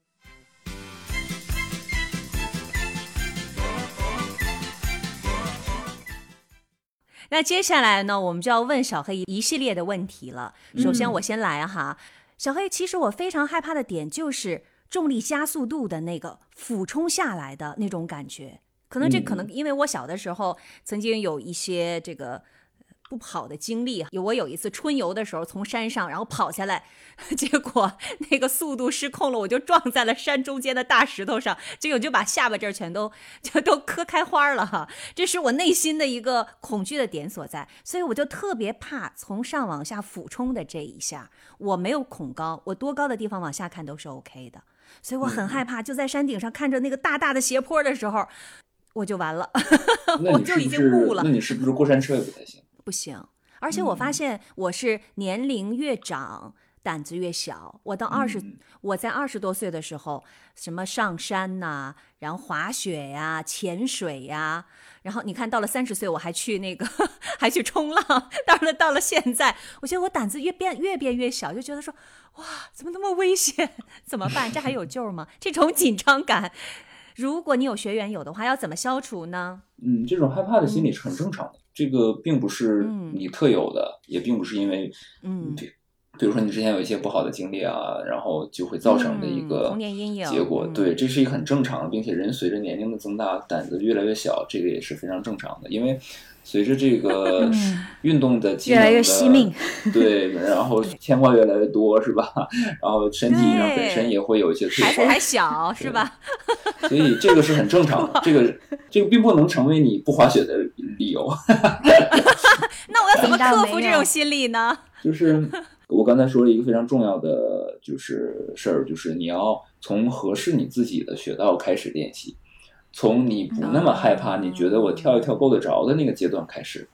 那接下来呢，我们就要问小黑一系列的问题了。首先我先来哈。小黑，其实我非常害怕的点就是重力加速度的那个俯冲下来的那种感觉，可能因为我小的时候曾经有一些这个不跑的经历，我有一次春游的时候从山上然后跑下来，结果那个速度失控了，我就撞在了山中间的大石头上，结果就把下巴这儿全都磕开花了哈，这是我内心的一个恐惧的点所在，所以我就特别怕从上往下俯冲的这一下。我没有恐高，我多高的地方往下看都是 OK 的，所以我很害怕，就在山顶上看着那个大大的斜坡的时候，我就完了，我就已经木了。 那你是不是过山车也不太行？ 不行，而且我发现我是年龄越长胆子越小。我在20多岁的时候，什么上山呐，然后滑雪呀、潜水呀，然后你看到了30岁我还去还去冲浪。到了现在，我觉得我胆子越变越小，就觉得说哇，怎么那么危险？怎么办？这还有救吗？这种紧张感，如果你有学员有的话，要怎么消除呢？ 这种害怕的心理是很正常的。这个并不是你特有的，也并不是因为比如说你之前有一些不好的经历啊，然后就会造成的一个童年阴影结果。对，这是一个很正常的，并且人随着年龄的增大，胆子越来越小，这个也是非常正常的。因为随着这个运动的机能的越来越惜命， 对，然后牵挂越来越多，是吧？然后身体上本身也会有一些退化， 孩子还小是吧？ 所以这个是很正常的，这个并不能成为你不滑雪的理由。 那我要怎么克服这种心理呢？ 就是我刚才说了一个非常重要的就是事儿，就是你要从合适你自己的雪道开始练习，从你不那么害怕，你觉得我跳一跳够得着的那个阶段开始。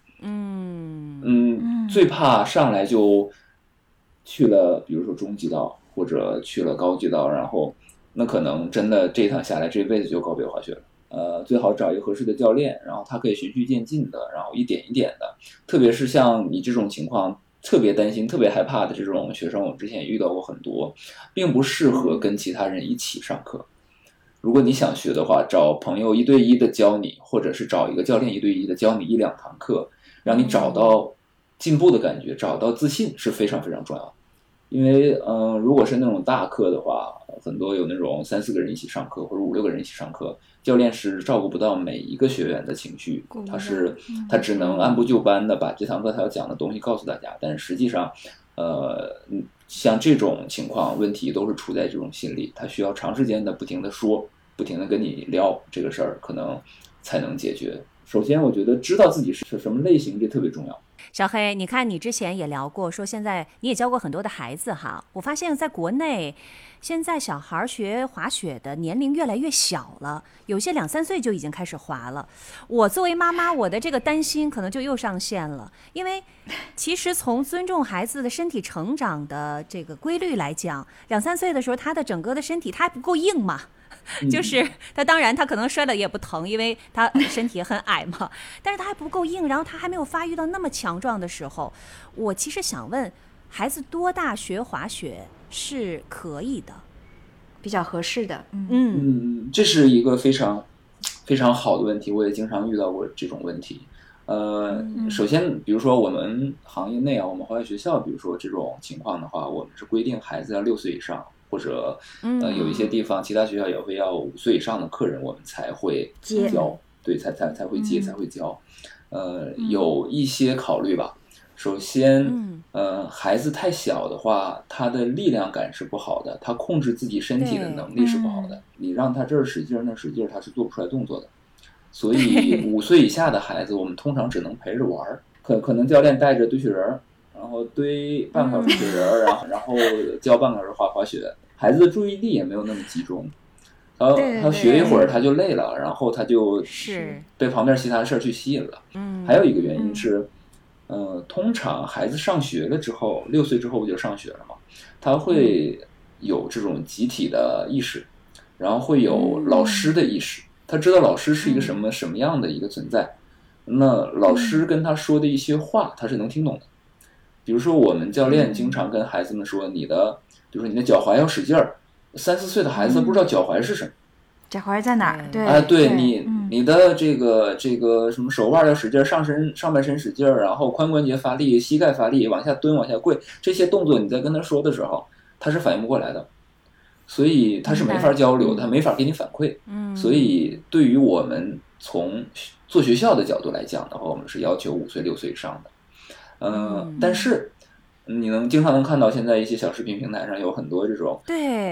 最怕上来就去了，比如说中级道或者去了高级道，然后那可能真的这一趟下来这辈子就告别滑雪了。最好找一个合适的教练，然后他可以循序渐进的，然后一点一点的。特别是像你这种情况，特别担心、特别害怕的这种学生，我之前也遇到过很多，并不适合跟其他人一起上课。如果你想学的话，找朋友1对1的教你，或者是找一个教练1对1的教你1-2堂课，让你找到进步的感觉，找到自信是非常非常重要的。因为如果是那种大课的话，很多有那种3-4个人一起上课，或者5-6个人一起上课，教练是照顾不到每一个学员的情绪，他只能按部就班的把这堂课他要讲的东西告诉大家，但是实际上像这种情况，问题都是出在这种心理，他需要长时间的不停的说，不停的跟你聊这个事儿，可能才能解决。首先我觉得知道自己是什么类型，这特别重要。 小黑，你看你之前也聊过，说现在你也教过很多的孩子哈。我发现在国内，现在小孩学滑雪的年龄越来越小了，有些2-3岁就已经开始滑了。我作为妈妈，我的这个担心可能就又上线了，因为其实从尊重孩子的身体成长的这个规律来讲，2-3岁的时候他的整个的身体他还不够硬嘛。就是他当然他可能摔了也不疼，因为他身体也很矮嘛，但是他还不够硬，然后他还没有发育到那么强壮的时候，我其实想问，孩子多大学滑雪是可以的， 比较合适的？ 这是一个非常非常好的问题，我也经常遇到过这种问题。首先比如说我们行业内啊，我们滑雪学校比如说这种情况的话，我们是规定孩子要6岁以上，或者有一些地方其他学校也会要5岁以上的客人我们才会教，对，才会接，才会教。有一些考虑吧。首先孩子太小的话，他的力量感是不好的，他控制自己身体的能力是不好的，你让他这儿使劲那使劲，他是做不出来动作的。所以5岁以下的孩子我们通常只能陪着玩，可能教练带着堆雪人，然后堆半小时雪人，然后教半小时滑雪，孩子的注意力也没有那么集中，他学一会儿他就累了，然后他就被旁边其他的事儿去吸引了。还有一个原因是通常孩子上学了之后，6岁之后不就上学了嘛，他会有这种集体的意识，然后会有老师的意识，他知道老师是一个什么样的一个存在，那老师跟他说的一些话他是能听懂的。比如说我们教练经常跟孩子们说，比如说你的脚踝要使劲儿，3-4岁的孩子不知道脚踝是什么， 脚踝在哪儿？ 对，你的这个什么手腕要使劲，上半身使劲，然后髋关节发力，膝盖发力，往下蹲往下跪，这些动作你在跟他说的时候他是反应不过来的，所以他是没法交流的，他没法给你反馈。所以对于我们从做学校的角度来讲的话，我们是要求5岁6岁以上的。但是你经常能看到现在一些小视频平台上有很多这种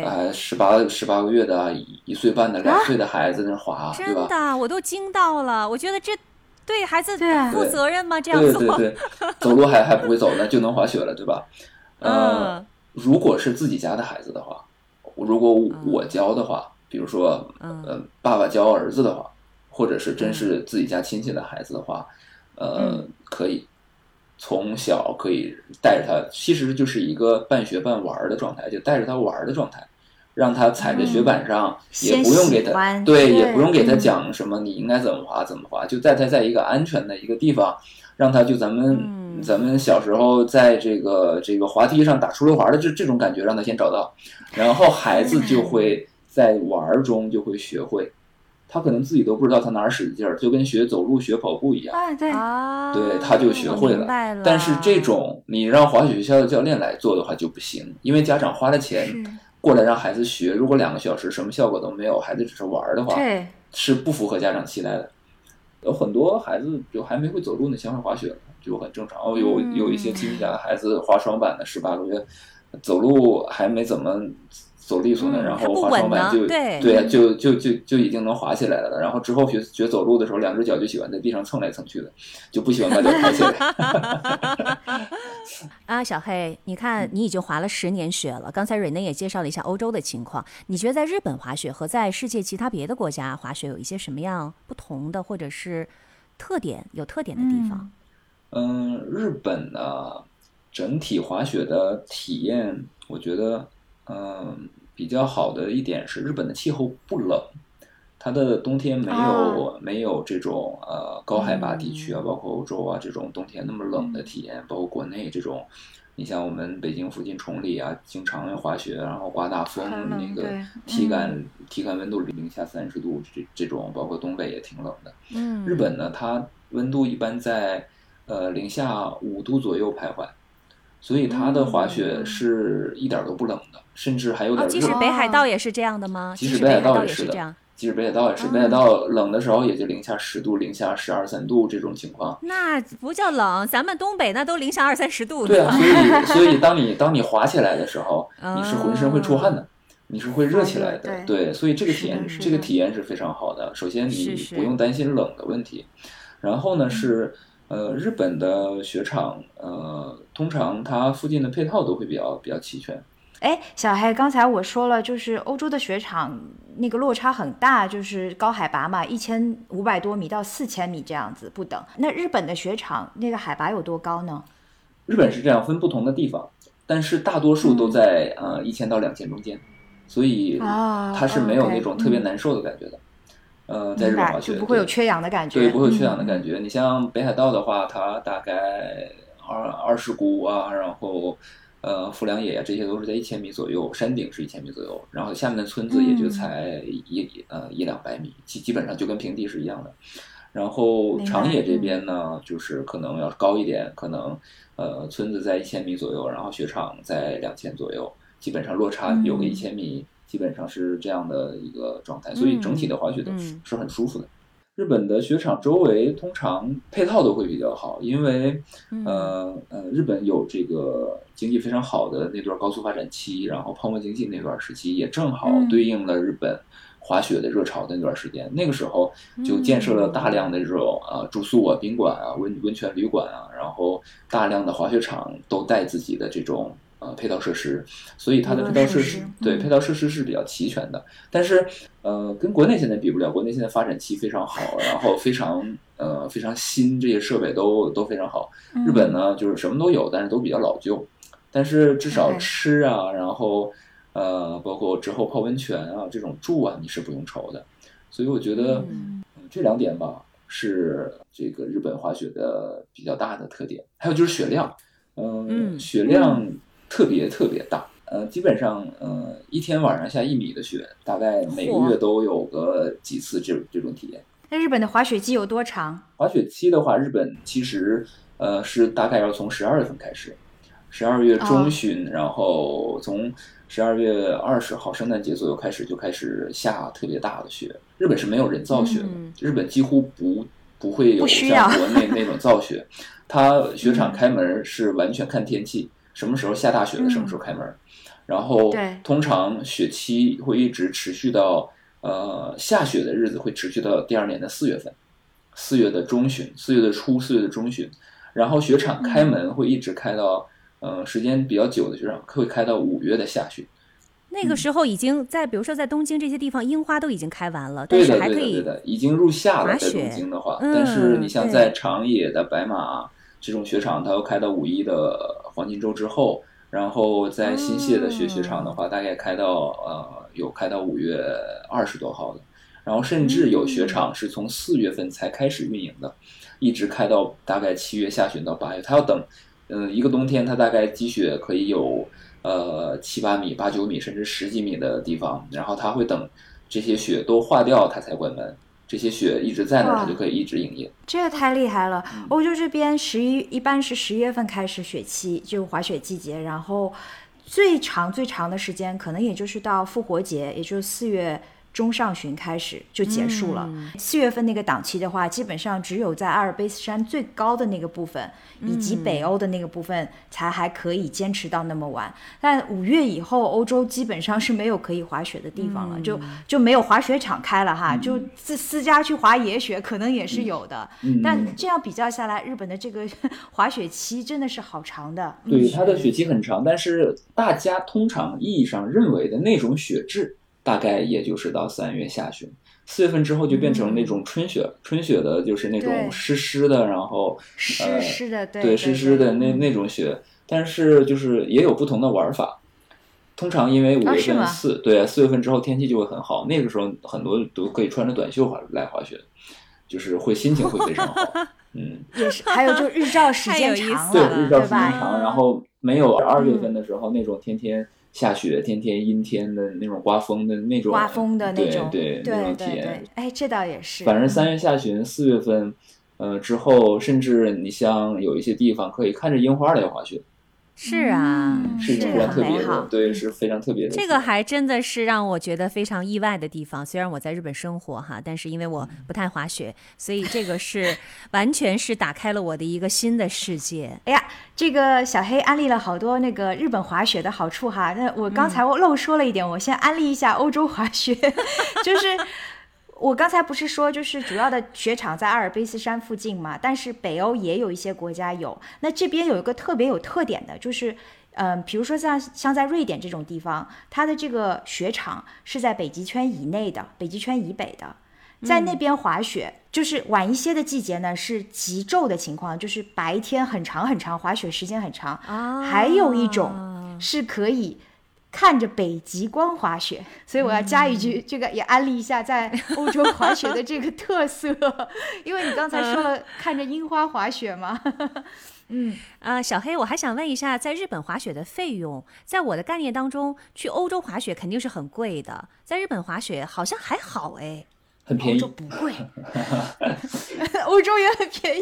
18个月的1岁半的2岁的孩子在那滑，对吧？ 真的我都惊到了，我觉得这对孩子负责任吗？这样做对，走路还不会走呢就能滑雪了，对吧？如果是自己家的孩子的话，如果我教的话，比如说爸爸教儿子的话，或者是真是自己家亲戚的孩子的话，可以从小可以带着他，其实就是一个半学半玩的状态，就带着他玩的状态，让他踩在雪板上，也不用给他也不用给他讲什么你应该怎么滑，就带他在一个安全的一个地方，让他就咱们小时候在这个滑梯上打出溜滑的这种感觉让他先找到，然后孩子就会在玩中就会学会， 他可能自己都不知道他哪儿使劲儿，就跟学走路、学跑步一样。 啊，对， 对，他就学会我明白了。 但是这种你让滑雪学校的教练来做的话就不行，因为家长花了钱过来让孩子学，如果2个小时什么效果都没有，孩子只是玩的话， 对， 是不符合家长期待的。有很多孩子就还没会走路呢，先会滑雪了，就很正常。有一些亲戚家的孩子滑双板的18个月，走路还没怎么走利索呢，然后滑双板就已经能滑起来了。然后之后学走路的时候，2只脚就喜欢在地上蹭来蹭去的，就不喜欢把脚抬起来。 啊，小黑，你看你已经滑了10年雪了。刚才蕊内也介绍了一下欧洲的情况，你觉得在日本滑雪和在世界其他别的国家滑雪有一些什么样不同的，或者是有特点的地方？ 日本呢，整体滑雪的体验，我觉得比较好的一点是日本的气候不冷。它的冬天没有这种高海拔地区啊，包括欧洲啊这种冬天那么冷的体验，包括国内这种，你像我们北京附近崇礼啊，经常滑雪，然后刮大风，那个体感温度-30度这种，包括东北也挺冷的。日本呢，它温度一般在-5度左右徘徊。所以它的滑雪是一点都不冷的，甚至还有点热。 即使北海道也是这样的吗？ 即使北海道也是这样。 即使北海道也是，北海道冷的时候也就-10度、-12、13度这种情况。 那不叫冷，咱们东北那都-20、30度。 对啊，所以当你滑起来的时候，你是浑身会出汗的，你是会热起来的。对，所以这个体验是非常好的。首先你不用担心冷的问题，然后呢是日本的雪场通常它附近的配套都会比较齐全。 哎，小黑，刚才我说了，就是欧洲的雪场那个落差很大，就是高海拔嘛，1500多米到4000米这样子不等。那日本的雪场那个海拔有多高呢？ 日本是这样，分不同的地方，但是大多数都在1000到2000中间，所以它是没有那种特别难受的感觉的。在日本滑雪就不会有缺氧的感觉。 对，不会有缺氧的感觉。你像北海道的话，它大概20谷啊，然后富良野啊，这些都是在1000米左右，山顶是1000米左右，然后下面的村子也就才100-200米，基本上就跟平地是一样的。然后长野这边呢，就是可能要高一点，可能村子在1000米左右，然后雪场在2000左右，基本上落差有个1000米，基本上是这样的一个状态，所以整体的滑雪都是很舒服的。日本的雪场周围通常配套都会比较好，因为日本有这个经济非常好的那段高速发展期，然后泡沫经济那段时期也正好对应了日本滑雪的热潮的那段时间。那个时候就建设了大量的这种住宿啊、宾馆啊、温泉旅馆啊，然后大量的滑雪场都带自己的这种配套设施，所以它的配套设施配套设施是比较齐全的。但是跟国内现在比不了，国内现在发展期非常好，然后非常新，这些设备都非常好。日本呢就是什么都有，但是都比较老旧，但是至少吃啊，然后包括之后泡温泉啊，这种住啊你是不用愁的。所以我觉得这2点吧是这个日本滑雪的比较大的特点。还有就是雪量，雪量特别大，基本上一天晚上下1米的雪，大概每个月都有个几次这种体验。 那日本的滑雪季有多长？ 滑雪期的话，日本其实是大概要从12月份开始，12月中旬，然后从12月20号圣诞节左右开始就开始下特别大的雪。日本是没有人造雪的，日本几乎不会有像国内那种造雪，它雪场开门是完全看天气，什么时候下大雪的什么时候开门，然后通常雪期会一直持续到下雪的日子会持续到第2年的4月份，4月的中旬、4月的初、4月的中旬，然后雪场开门会一直开到时间比较久的雪场会开到5月的下旬。 那个时候已经在比如说在东京这些地方樱花都已经开完了， 但是还可以已经入夏了，在东京的话，但是你像在长野的白马这种雪场，它要开到5·1的黄金周之后，然后在新泻的雪场的话，大概开到有开到5月20多号的，然后甚至有雪场是从4月份才开始运营的，一直开到大概7月下旬到8月，它要等一个冬天，它大概积雪可以有7-8米、8-9米甚至10几米的地方，然后它会等这些雪都化掉它才关门，这些雪一直在那儿，它就可以一直营业。 这个太厉害了！欧洲这边一般是11月份开始雪期，就滑雪季节，然后最长的时间可能也就是到复活节，也就是4月中上旬开始就结束了。4月份那个档期的话，基本上只有在阿尔卑斯山最高的那个部分以及北欧的那个部分才还可以坚持到那么晚。但5月以后，欧洲基本上是没有可以滑雪的地方了，就没有滑雪场开了哈。就私家去滑野雪可能也是有的，但这样比较下来，日本的这个滑雪期真的是好长的。 对，它的雪期很长，但是大家通常意义上认为的那种雪质，大概也就是到3月下旬，4月份之后就变成那种春雪。春雪的就是那种湿的，然后湿的， 对湿的那种雪。但是就是也有不同的玩法。通常因为5月份4月份之后天气就会很好，那个时候很多都可以穿着短袖来滑雪，就是心情会非常好。 也是，还有就日照时间长了， 对，日照时间长，然后没有2月份的时候那种天天下雪、天天阴天的那种刮风的那种对那种体验。 哎，这倒也是。 反正3月下旬、4月份，之后，甚至你像有一些地方可以看着樱花来滑雪。 是啊， 是非常特别的，对，是非常特别的。 这个还真的是让我觉得非常意外的地方。虽然我在日本生活哈，但是因为我不太滑雪，所以这个是完全是打开了我的一个新的世界。 哎呀，这个小黑安利了好多那个日本滑雪的好处哈。那我刚才漏说了一点，我先安利一下欧洲滑雪，就是。我刚才不是说就是主要的雪场在阿尔卑斯山附近嘛，但是北欧也有一些国家有。那这边有一个特别有特点的，就是比如说像在瑞典这种地方，它的这个雪场是在北极圈以内的，北极圈以北的。在那边滑雪，就是晚一些的季节呢是极昼的情况，就是白天很长很长，滑雪时间很长。还有一种是可以看着北极光滑雪，所以我要加一句，这个也安利一下在欧洲滑雪的这个特色，因为你刚才说了看着樱花滑雪嘛。 小黑，我还想问一下，在日本滑雪的费用，在我的概念当中，去欧洲滑雪肯定是很贵的，在日本滑雪好像还好哎。 很便宜， 欧洲不贵，欧洲也很便宜，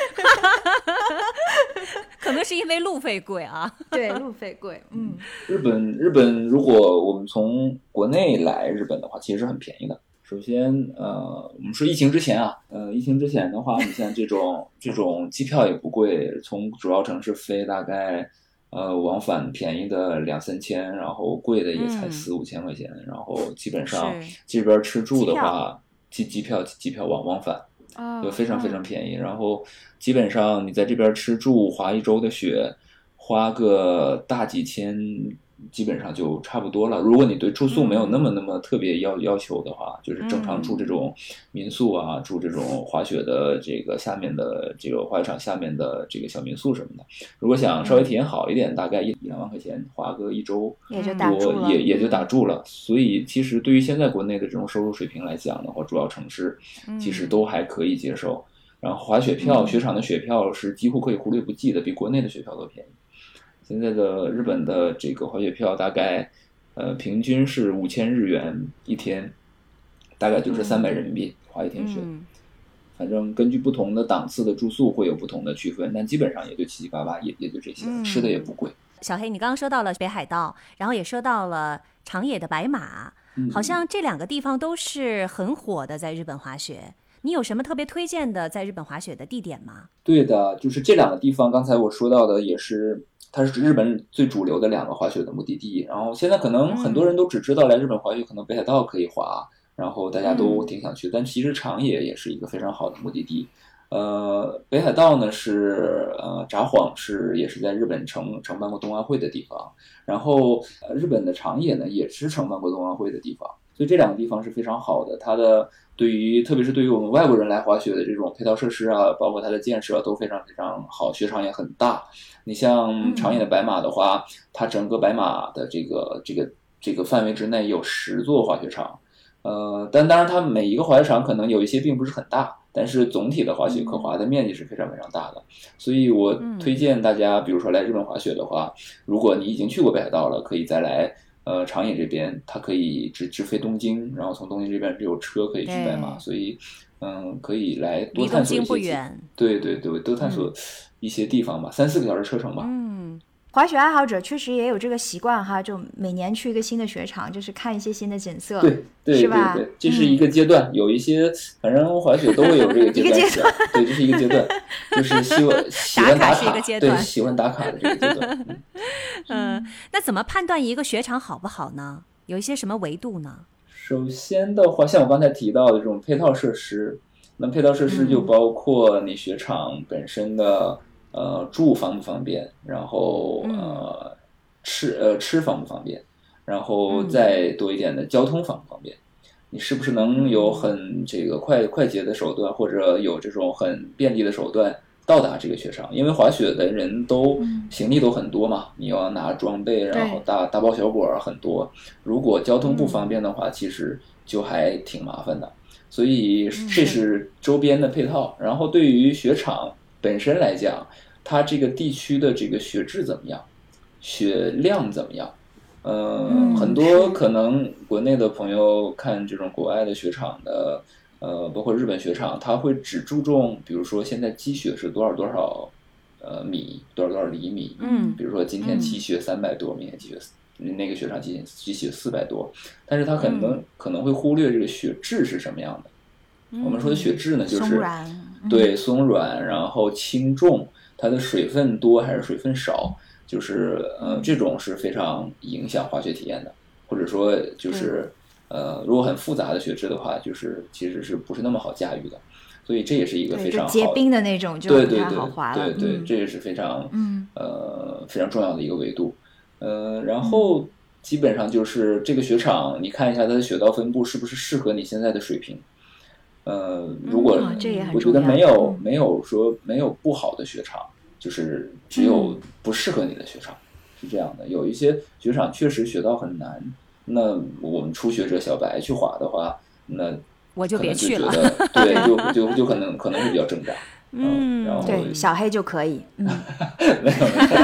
可能是因为路费贵啊。 对，路费贵。 日本，如果我们从国内来日本的话，其实是很便宜的。首先，我们说疫情之前啊，疫情之前的话，你像这种机票也不贵，从主要城市飞大概。往返便宜的2-3千，然后贵的也才4-5千块钱，然后基本上这边吃住的话，机票往返就非常非常便宜，然后基本上你在这边吃住滑1周的雪，花个大几千，基本上就差不多了。如果你对住宿没有那么特别要求的话，就是正常住这种民宿啊，住这种滑雪的这个下面的这个滑雪场下面的这个小民宿什么的。如果想稍微体验好一点，大概1-2万块钱，花个1周也就打住了， 也就打住了。所以其实对于现在国内的这种收入水平来讲的话，主要城市其实都还可以接受。然后滑雪票，雪场的雪票是几乎可以忽略不计的，比国内的雪票都便宜。现在的日本的这个滑雪票大概，平均是5000日元一天，大概就是300人民币滑1天雪。反正根据不同的档次的住宿会有不同的区分，但基本上也就七七八八，也就这些，吃的也不贵。 小黑，你刚刚说到了北海道，然后也说到了长野的白马，好像这2个地方都是很火的，在日本滑雪。你有什么特别推荐的在日本滑雪的地点吗？ 对的，就是这2个地方，刚才我说到的也是。它是日本最主流的2个滑雪的目的地，然后现在可能很多人都只知道来日本滑雪，可能北海道可以滑，然后大家都挺想去，但其实长野也是一个非常好的目的地。北海道呢是札幌也是在日本承办过冬奥会的地方，然后日本的长野呢也是承办过冬奥会的地方，所以这2个地方是非常好的。它的特别是对于我们外国人来滑雪的这种配套设施啊，包括它的建设都非常非常好，雪场也很大。你像长野的白马的话，它整个白马的这个范围之内有10座滑雪场，但当然它每一个滑雪场可能有一些并不是很大，但是总体的滑雪可滑的面积是非常非常大的。所以我推荐大家，比如说来日本滑雪的话，如果你已经去过北海道了，可以再来长野这边它可以直飞东京，然后从东京这边就有车可以去白马，所以可以来多探索一些， 离东京不远， 对，多探索一些地方吧，3-4个小时车程吧。 滑雪爱好者确实也有这个习惯哈，就每年去一个新的雪场，就是看一些新的景色， 对， 是吧？ 对，这是一个阶段，有一些反正滑雪都会有这个阶段，对，这是一个阶段，就是喜欢打卡，对，喜欢打卡的这个阶段。 那怎么判断一个雪场好不好呢？有一些什么维度呢？ 首先的话，像我刚才提到的这种配套设施，那配套设施就包括你雪场本身的住方不方便，然后吃方不方便，然后再多一点的交通方不方便，你是不是能有很这个快捷的手段，或者有这种很便利的手段到达这个雪场？因为滑雪的人都行李都很多嘛，你要拿装备，然后大包小裹很多，如果交通不方便的话，其实就还挺麻烦的。所以这是周边的配套。然后对于雪场本身来讲，它这个地区的这个雪质怎么样，雪量怎么样？很多可能国内的朋友看这种国外的雪场的，包括日本雪场，他会只注重，比如说现在积雪是多少米，多少厘米，比如说今天积雪300多，明天积雪那个雪场积雪400多，但是他可能会忽略这个雪质是什么样的。我们说的雪质呢，就是松软， 对，松软，然后轻重，它的水分多还是水分少，就是这种是非常影响滑雪体验的。或者说就是如果很复杂的雪质的话，就是其实是不是那么好驾驭的。所以这也是一个非常好结冰的那种就不太好滑了。 对，这也是非常非常重要的一个维度。然后基本上就是这个雪场，你看一下它的雪道分布是不是适合你现在的水平。如果我觉得没有说没有不好的雪场，就是只有不适合你的雪场，是这样的。有一些雪场确实雪道很难，那我们初学者小白去滑的话，那我就别去了。 对，就可能会比较挣扎。然后对，小黑就可以。 没有。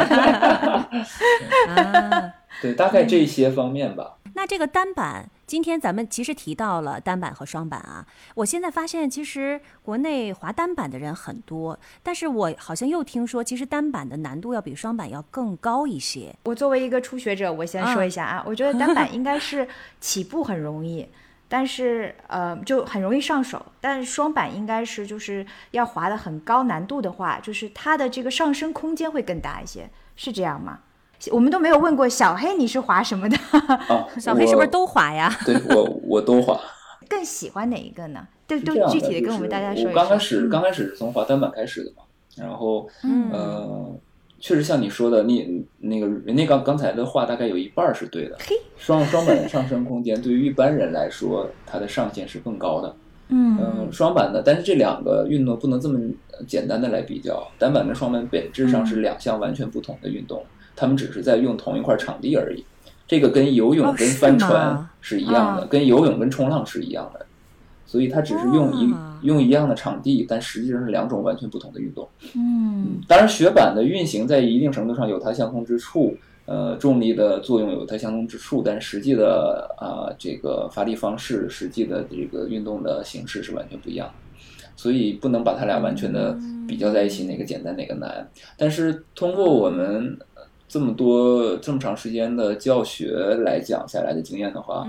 对，大概这些方面吧。 那这个单板，今天咱们其实提到了单板和双板啊。我现在发现，其实国内滑单板的人很多，但是我好像又听说，其实单板的难度要比双板要更高一些。 我作为一个初学者，我先说一下啊，我觉得单板应该是起步很容易，但是就很容易上手。但是双板应该是就是要滑得很高难度的话，就是它的这个上升空间会更大一些，是这样吗？我们都没有问过小黑你是滑什么的。 小黑是不是都滑呀？ 对，我都滑。 更喜欢哪一个呢？都具体的跟我们大家说一说。 我刚开始是从滑单板开始的嘛，然后确实像你说的，你那个人家刚才的话大概有一半是对的。双板的上升空间对于一般人来说，它的上限是更高的。双板的，但是这两个运动不能这么简单的来比较。单板跟双板本质上是两项完全不同的运动，他们只是在用同一块场地而已。这个跟游泳跟帆船是一样的，跟游泳跟冲浪是一样的。所以它只是用一样的场地，但实际上是两种完全不同的运动。当然雪板的运行在一定程度上有它相同之处，重力的作用有它相同之处，但实际的这个发力方式，实际的这个运动的形式是完全不一样的。所以不能把它俩完全的比较在一起，哪个简单哪个难。但是通过我们这么长时间的教学来讲下来的经验的话，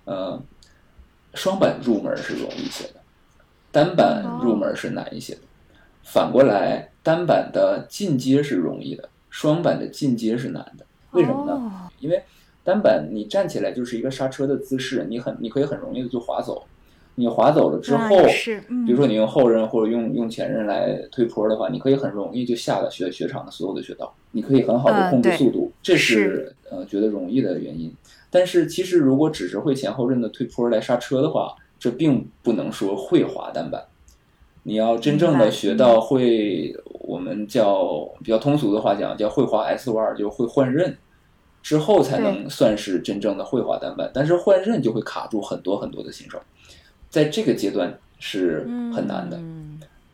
双板入门是容易一些的，单板入门是难一些的。反过来，单板的进阶是容易的，双板的进阶是难的。为什么呢？因为单板你站起来就是一个刹车的姿势，你可以很容易的就滑走。你滑走了之后，比如说你用后刃或者用前刃来推坡的话，你可以很容易就下了雪场的所有的雪道，你可以很好的控制速度，这是觉得容易的原因。但是其实如果只是会前后刃的推坡来刹车的话，这并不能说会滑单板。你要真正的学到会，我们叫比较通俗的话讲叫会滑 S52， 就会换刃之后才能算是真正的会滑单板。但是换刃就会卡住很多很多的新手，在这个阶段是很难的。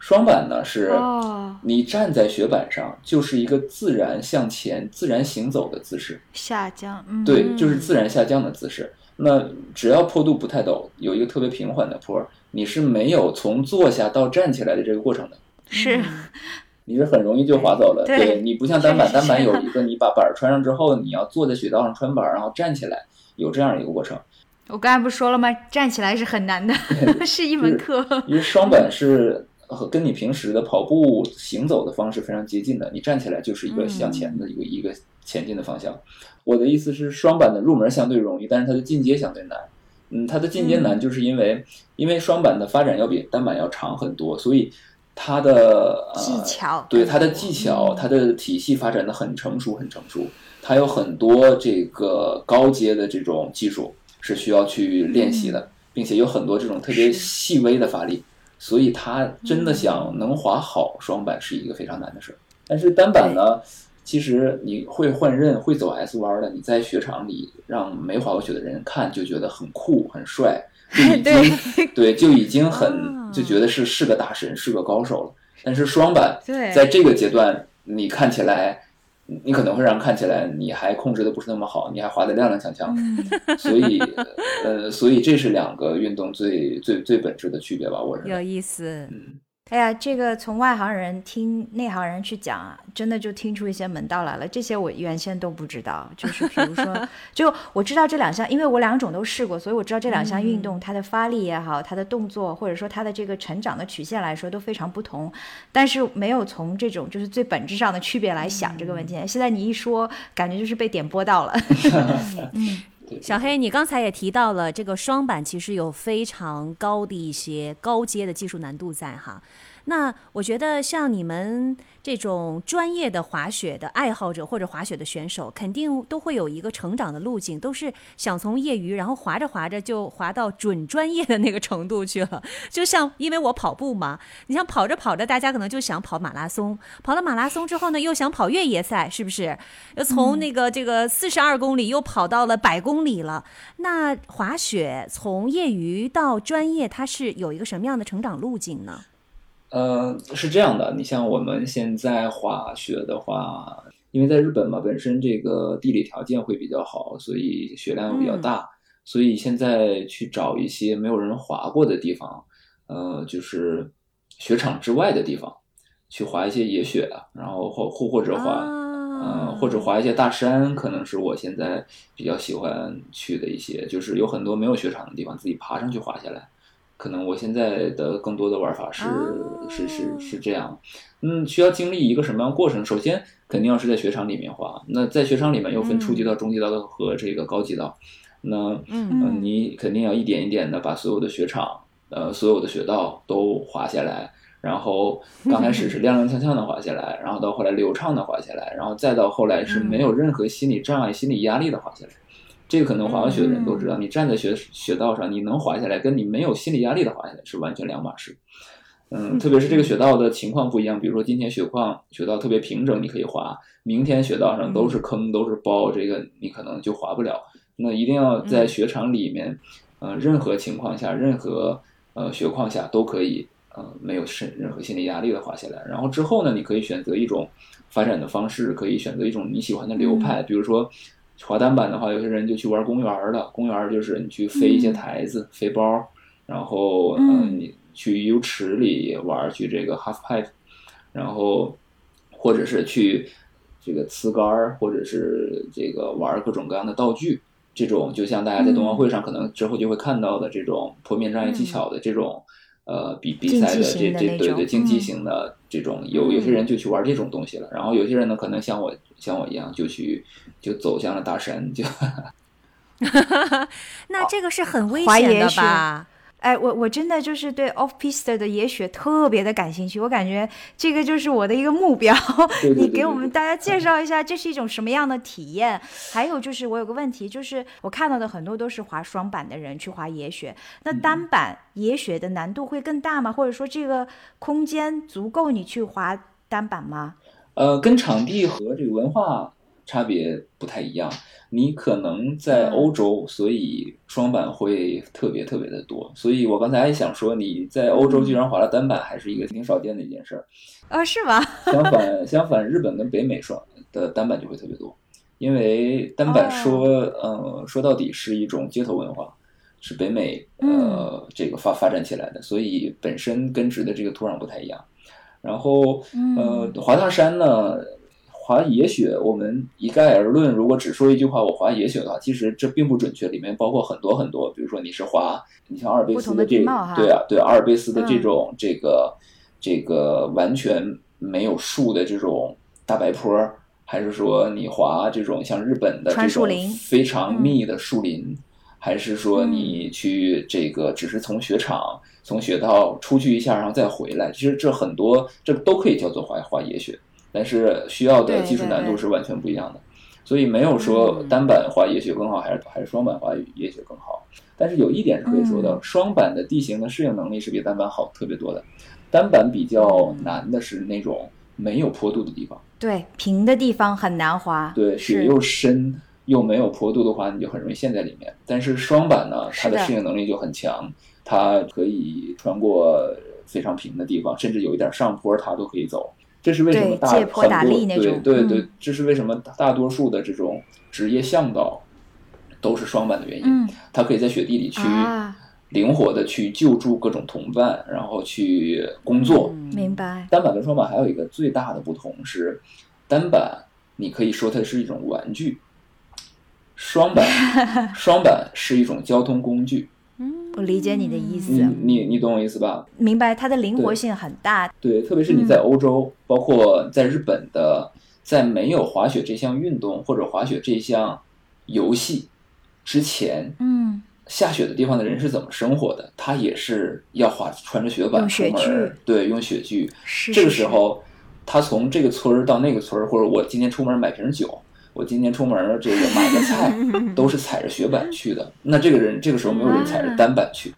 双板呢是哦， 你站在雪板上，就是一个自然向前、自然行走的姿势。 下降， 对，就是自然下降的姿势。那只要坡度不太陡，有一个特别平缓的坡，你是没有从坐下到站起来的这个过程的。 是， 你是很容易就滑走了。 对你不像单板， 是是单板有一个你把板穿上之后，你要坐在雪道上穿板，然后站起来，有这样一个过程。 我刚才不说了吗？站起来是很难的，是一门课。 因为双板是跟你平时的跑步行走的方式非常接近的，你站起来就是一个向前的一个前进的方向。我的意思是，双板的入门相对容易，但是它的进阶相对难。它的进阶难就是因为双板的发展要比单板要长很多，所以它的技巧， 对它的技巧，它的体系发展的很成熟，很成熟。它有很多这个高阶的这种技术是需要去练习的，并且有很多这种特别细微的发力，所以它真的想能滑好双板是一个非常难的事儿。但是单板呢，其实你会换刃、会走 S 弯的，你在雪场里让没滑过雪的人看就觉得很酷、很帅，就已经很就觉得是个大神，是个高手了。但是双板在这个阶段，你看起来，你可能会让人看起来你还控制的不是那么好，你还滑得踉踉跄跄，所以这是两个运动最本质的区别吧，我认为。 有意思。 哎呀，这个从外行人听内行人去讲啊，真的就听出一些门道来了。这些我原先都不知道，就是比如说，就我知道这两项，因为我两种都试过，所以我知道这两项运动它的发力也好，它的动作或者说它的这个成长的曲线来说都非常不同，但是没有从这种就是最本质上的区别来想这个问题。现在你一说，感觉就是被点拨到了。 小黑，你刚才也提到了这个双板其实有非常高的一些高阶的技术难度在哈。那我觉得像你们这种专业的滑雪的爱好者或者滑雪的选手，肯定都会有一个成长的路径，都是想从业余然后滑着滑着就滑到准专业的那个程度去了。就像因为我跑步嘛，你像跑着跑着大家可能就想跑马拉松，跑了马拉松之后呢又想跑越野赛，是不是又从这个42公里又跑到了100公里了。那滑雪从业余到专业它是有一个什么样的成长路径呢？ 是这样的，你像我们现在滑雪的话，因为在日本嘛，本身这个地理条件会比较好，所以雪量又比较大，所以现在去找一些没有人滑过的地方，就是雪场之外的地方，去滑一些野雪啊，然后或者滑一些大山，可能是我现在比较喜欢去的一些，就是有很多没有雪场的地方，自己爬上去滑下来。可能我现在的更多的玩法是这样，需要经历一个什么样的过程？首先肯定要是在雪场里面滑，那在雪场里面又分初级道、中级道和这个高级道，那你肯定要一点一点的把所有的雪场所有的雪道都滑下来，然后刚开始是踉踉跄跄的滑下来，然后到后来流畅的滑下来，然后再到后来是没有任何心理障碍、心理压力的滑下来。这个可能滑过雪的人都知道，你站在雪道上，你能滑下来，跟你没有心理压力的滑下来是完全两码事。特别是这个雪道的情况不一样，比如说今天雪道特别平整，你可以滑；明天雪道上都是坑，都是包，这个你可能就滑不了。那一定要在雪场里面，任何情况下、任何雪况下都可以，没有任何心理压力的滑下来。然后之后呢，你可以选择一种发展的方式，可以选择一种你喜欢的流派，比如说。滑单板的话，有些人就去玩公园了。公园就是你去飞一些台子、飞包，然后你去游池里玩，去这个 half pipe， 然后或者是去这个呲杆，或者是这个玩各种各样的道具。这种就像大家在冬奥会上可能之后就会看到的这种坡面障碍技巧的这种比赛的对竞技型的这种，有些人就去玩这种东西了，然后有些人呢可能像我一样就走向了大山，就那这个是很危险的吧？ 哎，我真的就是对 off-piste 的野雪特别的感兴趣，我感觉这个就是我的一个目标。你给我们大家介绍一下，这是一种什么样的体验？还有就是我有个问题，就是我看到的很多都是滑双板的人去滑野雪，那单板野雪的难度会更大吗？或者说这个空间足够你去滑单板吗？ 跟场地和这个文化差别不太一样。你可能在欧洲，所以双板会特别特别的多。所以我刚才还想说，你在欧洲居然滑了单板，还是一个挺少见的一件事儿。 是吗？ 相反，日本跟北美的单板就会特别多，因为单板说到底是一种街头文化，是北美这个发展起来的，所以本身根植的这个土壤不太一样。然后滑大山呢，滑野雪，我们一概而论，如果只说一句话我滑野雪的话，其实这并不准确，里面包括很多很多，比如说你像阿尔卑斯的对阿尔卑斯的这种这个完全没有树的这种大白坡，还是说你滑这种像日本的这种非常密的树林，还是说你去这个只是从雪场从雪道出去一下然后再回来，其实这很多这都可以叫做滑野雪，但是需要的技术难度是完全不一样的。所以没有说单板滑野雪更好还是双板滑野雪更好。但是有一点是可以说的，双板的地形的适应能力是比单板好特别多的。单板比较难的是那种没有坡度的地方， 对，平的地方很难滑， 对，雪又深又没有坡度的话，你就很容易陷在里面。但是双板呢，它的适应能力就很强，它可以穿过非常平的地方，甚至有一点上坡它都可以走。这是为什么借坡打砾那种， 对，这是为什么大多数的这种职业向导都是双板的原因。它可以在雪地里去灵活的去救助各种同伴，然后去工作。 明白。 单板跟双板还有一个最大的不同是，单板你可以说它是一种玩具，双板是一种交通工具。 我理解你的意思。 你懂我意思吧？ 明白，它的灵活性很大。 对，特别是你在欧洲，包括在日本的，在没有滑雪这项运动或者滑雪这项游戏之前，下雪的地方的人是怎么生活的？他也是要穿着雪板出门，对，用雪具。这个时候，他从这个村到那个村，或者我今天出门买瓶酒，我今天出门这个买个菜，都是踩着雪板去的。那这个时候没有人踩着单板去。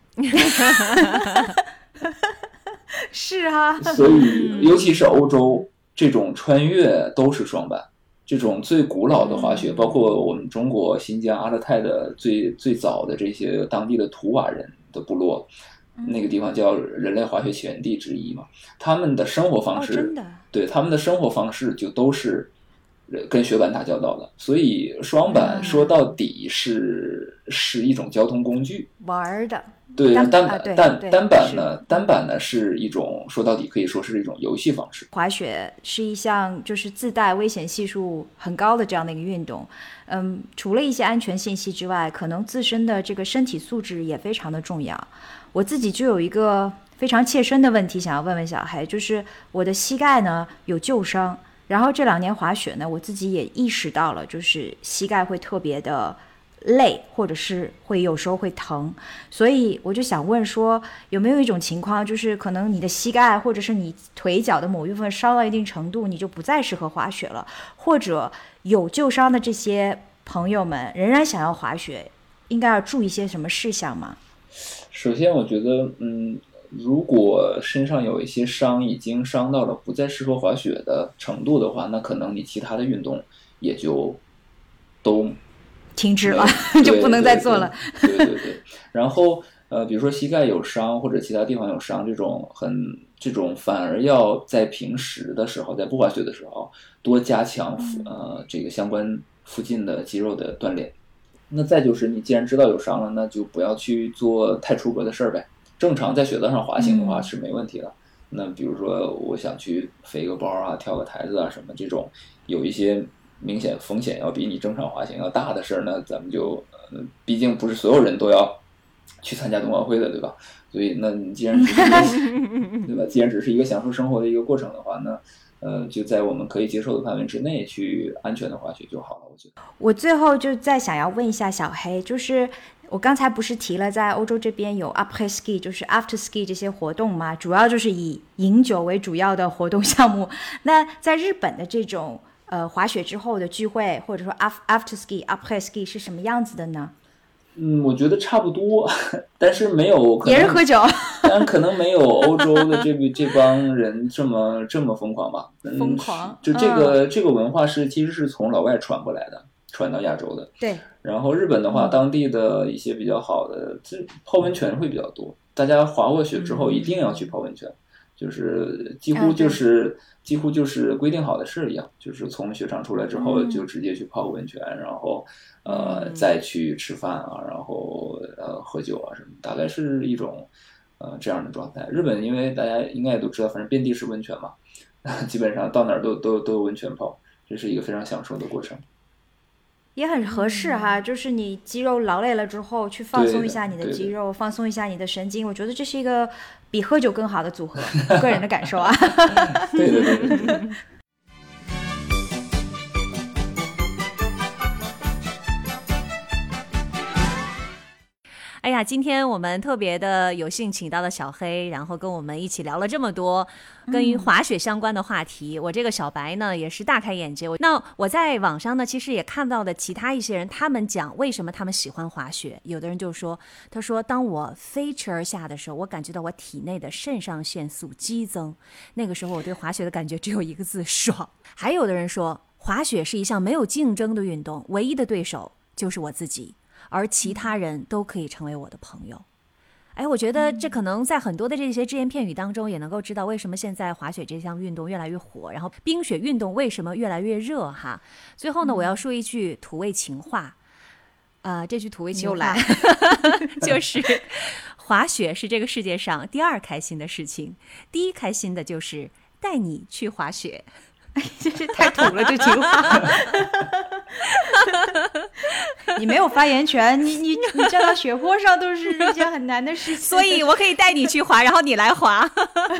是啊。 所以，尤其是欧洲这种穿越都是双板。这种最古老的滑雪，包括我们中国新疆阿勒泰的最早的这些当地的图瓦人的部落，那个地方叫人类滑雪起源地之一嘛。他们的生活方式， 真的， 对，他们的生活方式就都是跟雪板打交道的。所以双板说到底是一种交通工具， 玩的。 对，单板呢是一种说到底可以说是一种游戏方式。 滑雪是一项就是自带危险系数很高的这样的一个运动，除了一些安全信息之外，可能自身的这个身体素质也非常的重要。我自己就有一个非常切身的问题想要问问小黑，就是我的膝盖呢有旧伤，然后这2年滑雪呢，我自己也意识到了，就是膝盖会特别的累，或者是有时候会疼，所以我就想问说，有没有一种情况，就是可能你的膝盖或者是你腿脚的某一部分烧到一定程度，你就不再适合滑雪了，或者有旧伤的这些朋友们仍然想要滑雪，应该要注意些什么事项吗？ 首先我觉得如果身上有一些伤已经伤到了不再适合滑雪的程度的话，那可能你其他的运动也就都停止了，就不能再做了。 对。然后比如说膝盖有伤或者其他地方有伤，这种反而要在平时的时候，在不滑雪的时候多加强这个相关附近的肌肉的锻炼。那再就是你既然知道有伤了，那就不要去做太出格的事儿呗。正常在雪道上滑行的话是没问题的。那比如说我想去飞个包啊，跳个台子啊什么，这种有一些明显风险要比你正常滑行要大的事儿呢，咱们就毕竟不是所有人都要去参加冬奥会的，对吧？所以那你既然只是对吧？既然只是一个享受生活的一个过程的话，那就在我们可以接受的范围之内去安全的滑雪就好了。我觉得我最后就再想要问一下小黑，就是我刚才不是提了在欧洲这边有 après ski 就是 after ski 这些活动吗？主要就是以饮酒为主要的活动项目。那在日本的这种滑雪之后的聚会，或者说 after ski après ski 是什么样子的呢？ 我觉得差不多，但是没有可能也是喝酒。 然可能没有欧洲的这帮人这么疯狂吧。 疯狂， 就这个文化其实是从老外传过来的，传到亚洲的。 对。 然后日本的话，当地的一些比较好的，泡温泉会比较多。大家滑过雪之后一定要去泡温泉，就是几乎就是规定好的事一样，就是从雪场出来之后就直接去泡温泉，然后再去吃饭啊，然后喝酒啊什么，大概是一种这样的状态。日本因为大家应该也都知道，反正遍地是温泉嘛，基本上到哪儿都有温泉泡，这是一个非常享受的过程。 也很合适哈，就是你肌肉劳累了之后，去放松一下你的肌肉，放松一下你的神经，我觉得这是一个比喝酒更好的组合，我个人的感受啊。 对。 哎呀，今天我们特别的有幸请到了小黑，然后跟我们一起聊了这么多跟于滑雪相关的话题。我这个小白呢也是大开眼界。那我在网上呢其实也看到了其他一些人，他们讲为什么他们喜欢滑雪。有的人就说，他说当我飞驰而下的时候，我感觉到我体内的肾上腺素激增，那个时候我对滑雪的感觉只有一个字，爽。还有的人说，滑雪是一项没有竞争的运动，唯一的对手就是我自己，而其他人都可以成为我的朋友。哎，我觉得这可能在很多的这些只言片语当中也能够知道为什么现在滑雪这项运动越来越火，然后冰雪运动为什么越来越热哈。最后呢，我要说一句土味情话，这句土味情话就是滑雪是这个世界上第2开心的事情，第1开心的就是带你去滑雪。 这是太土了，这句话。你没有发言权，你站到雪坡上都是一件很难的事情， 所以我可以带你去滑，然后你来滑。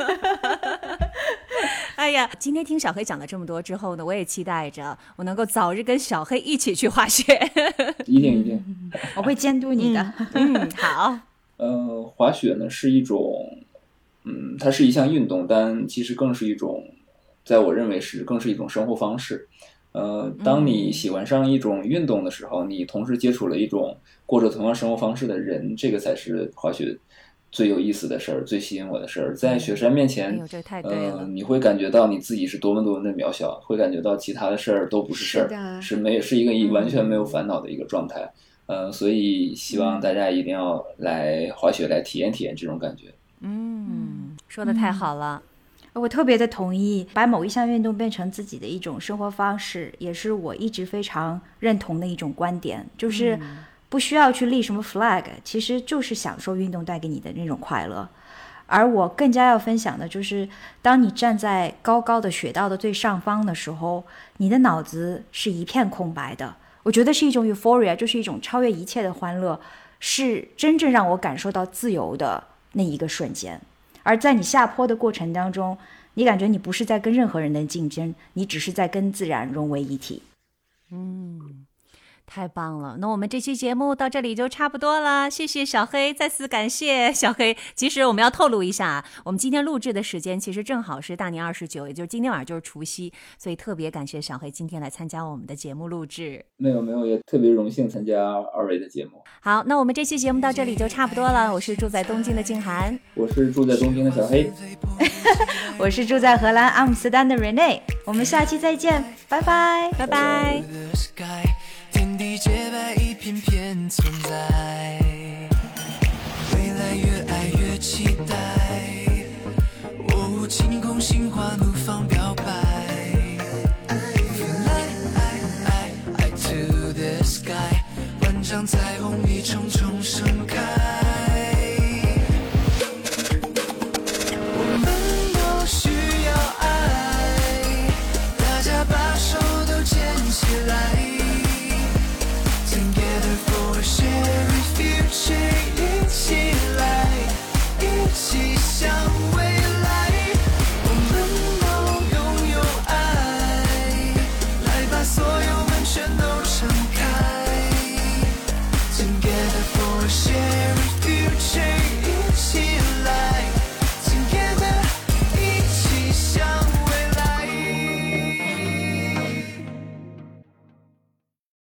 哎呀，今天听小黑讲了这么多之后呢，我也期待着我能够早日跟小黑一起去滑雪。 一定， 我会监督你的。 好。 滑雪呢是一种，它是一项运动，但其实更是一种，在我认为更是一种生活方式。当你喜欢上一种运动的时候，你同时接触了一种过着同样生活方式的人，这个才是滑雪最有意思的事儿，最吸引我的事儿。在雪山面前，你会感觉到你自己是多么的渺小，会感觉到其他的事儿都不是事儿，是一个完全没有烦恼的一个状态。所以希望大家一定要来滑雪，来体验体验这种感觉。 说得太好了。 我特别的同意，把某一项运动变成自己的一种生活方式，也是我一直非常认同的一种观点，就是不需要去立什么 flag， 其实就是享受运动带给你的那种快乐。而我更加要分享的就是，当你站在高高的雪道的最上方的时候，你的脑子是一片空白的。我觉得是一种 euphoria， 就是一种超越一切的欢乐，是真正让我感受到自由的那一个瞬间。而在你下坡的过程当中，你感觉你不是在跟任何人的竞争，你只是在跟自然融为一体。 太棒了，那我们这期节目到这里就差不多了，谢谢小黑，再次感谢小黑。其实我们要透露一下，我们今天录制的时间其实正好是大年29，也就是今天晚上就是除夕，所以特别感谢小黑今天来参加我们的节目录制。 没有，也特别荣幸参加2位的节目。 好，那我们这期节目到这里就差不多了，我是住在东京的静涵， 我是住在东京的小黑， 我是住在荷兰阿姆斯特丹的 Renee， 我们下期再见，拜拜， 拜拜。 天地洁白一片片存在，未来越爱越期待，晴空心花怒放表白 Fly to the sky， 万丈彩虹一重重盛开。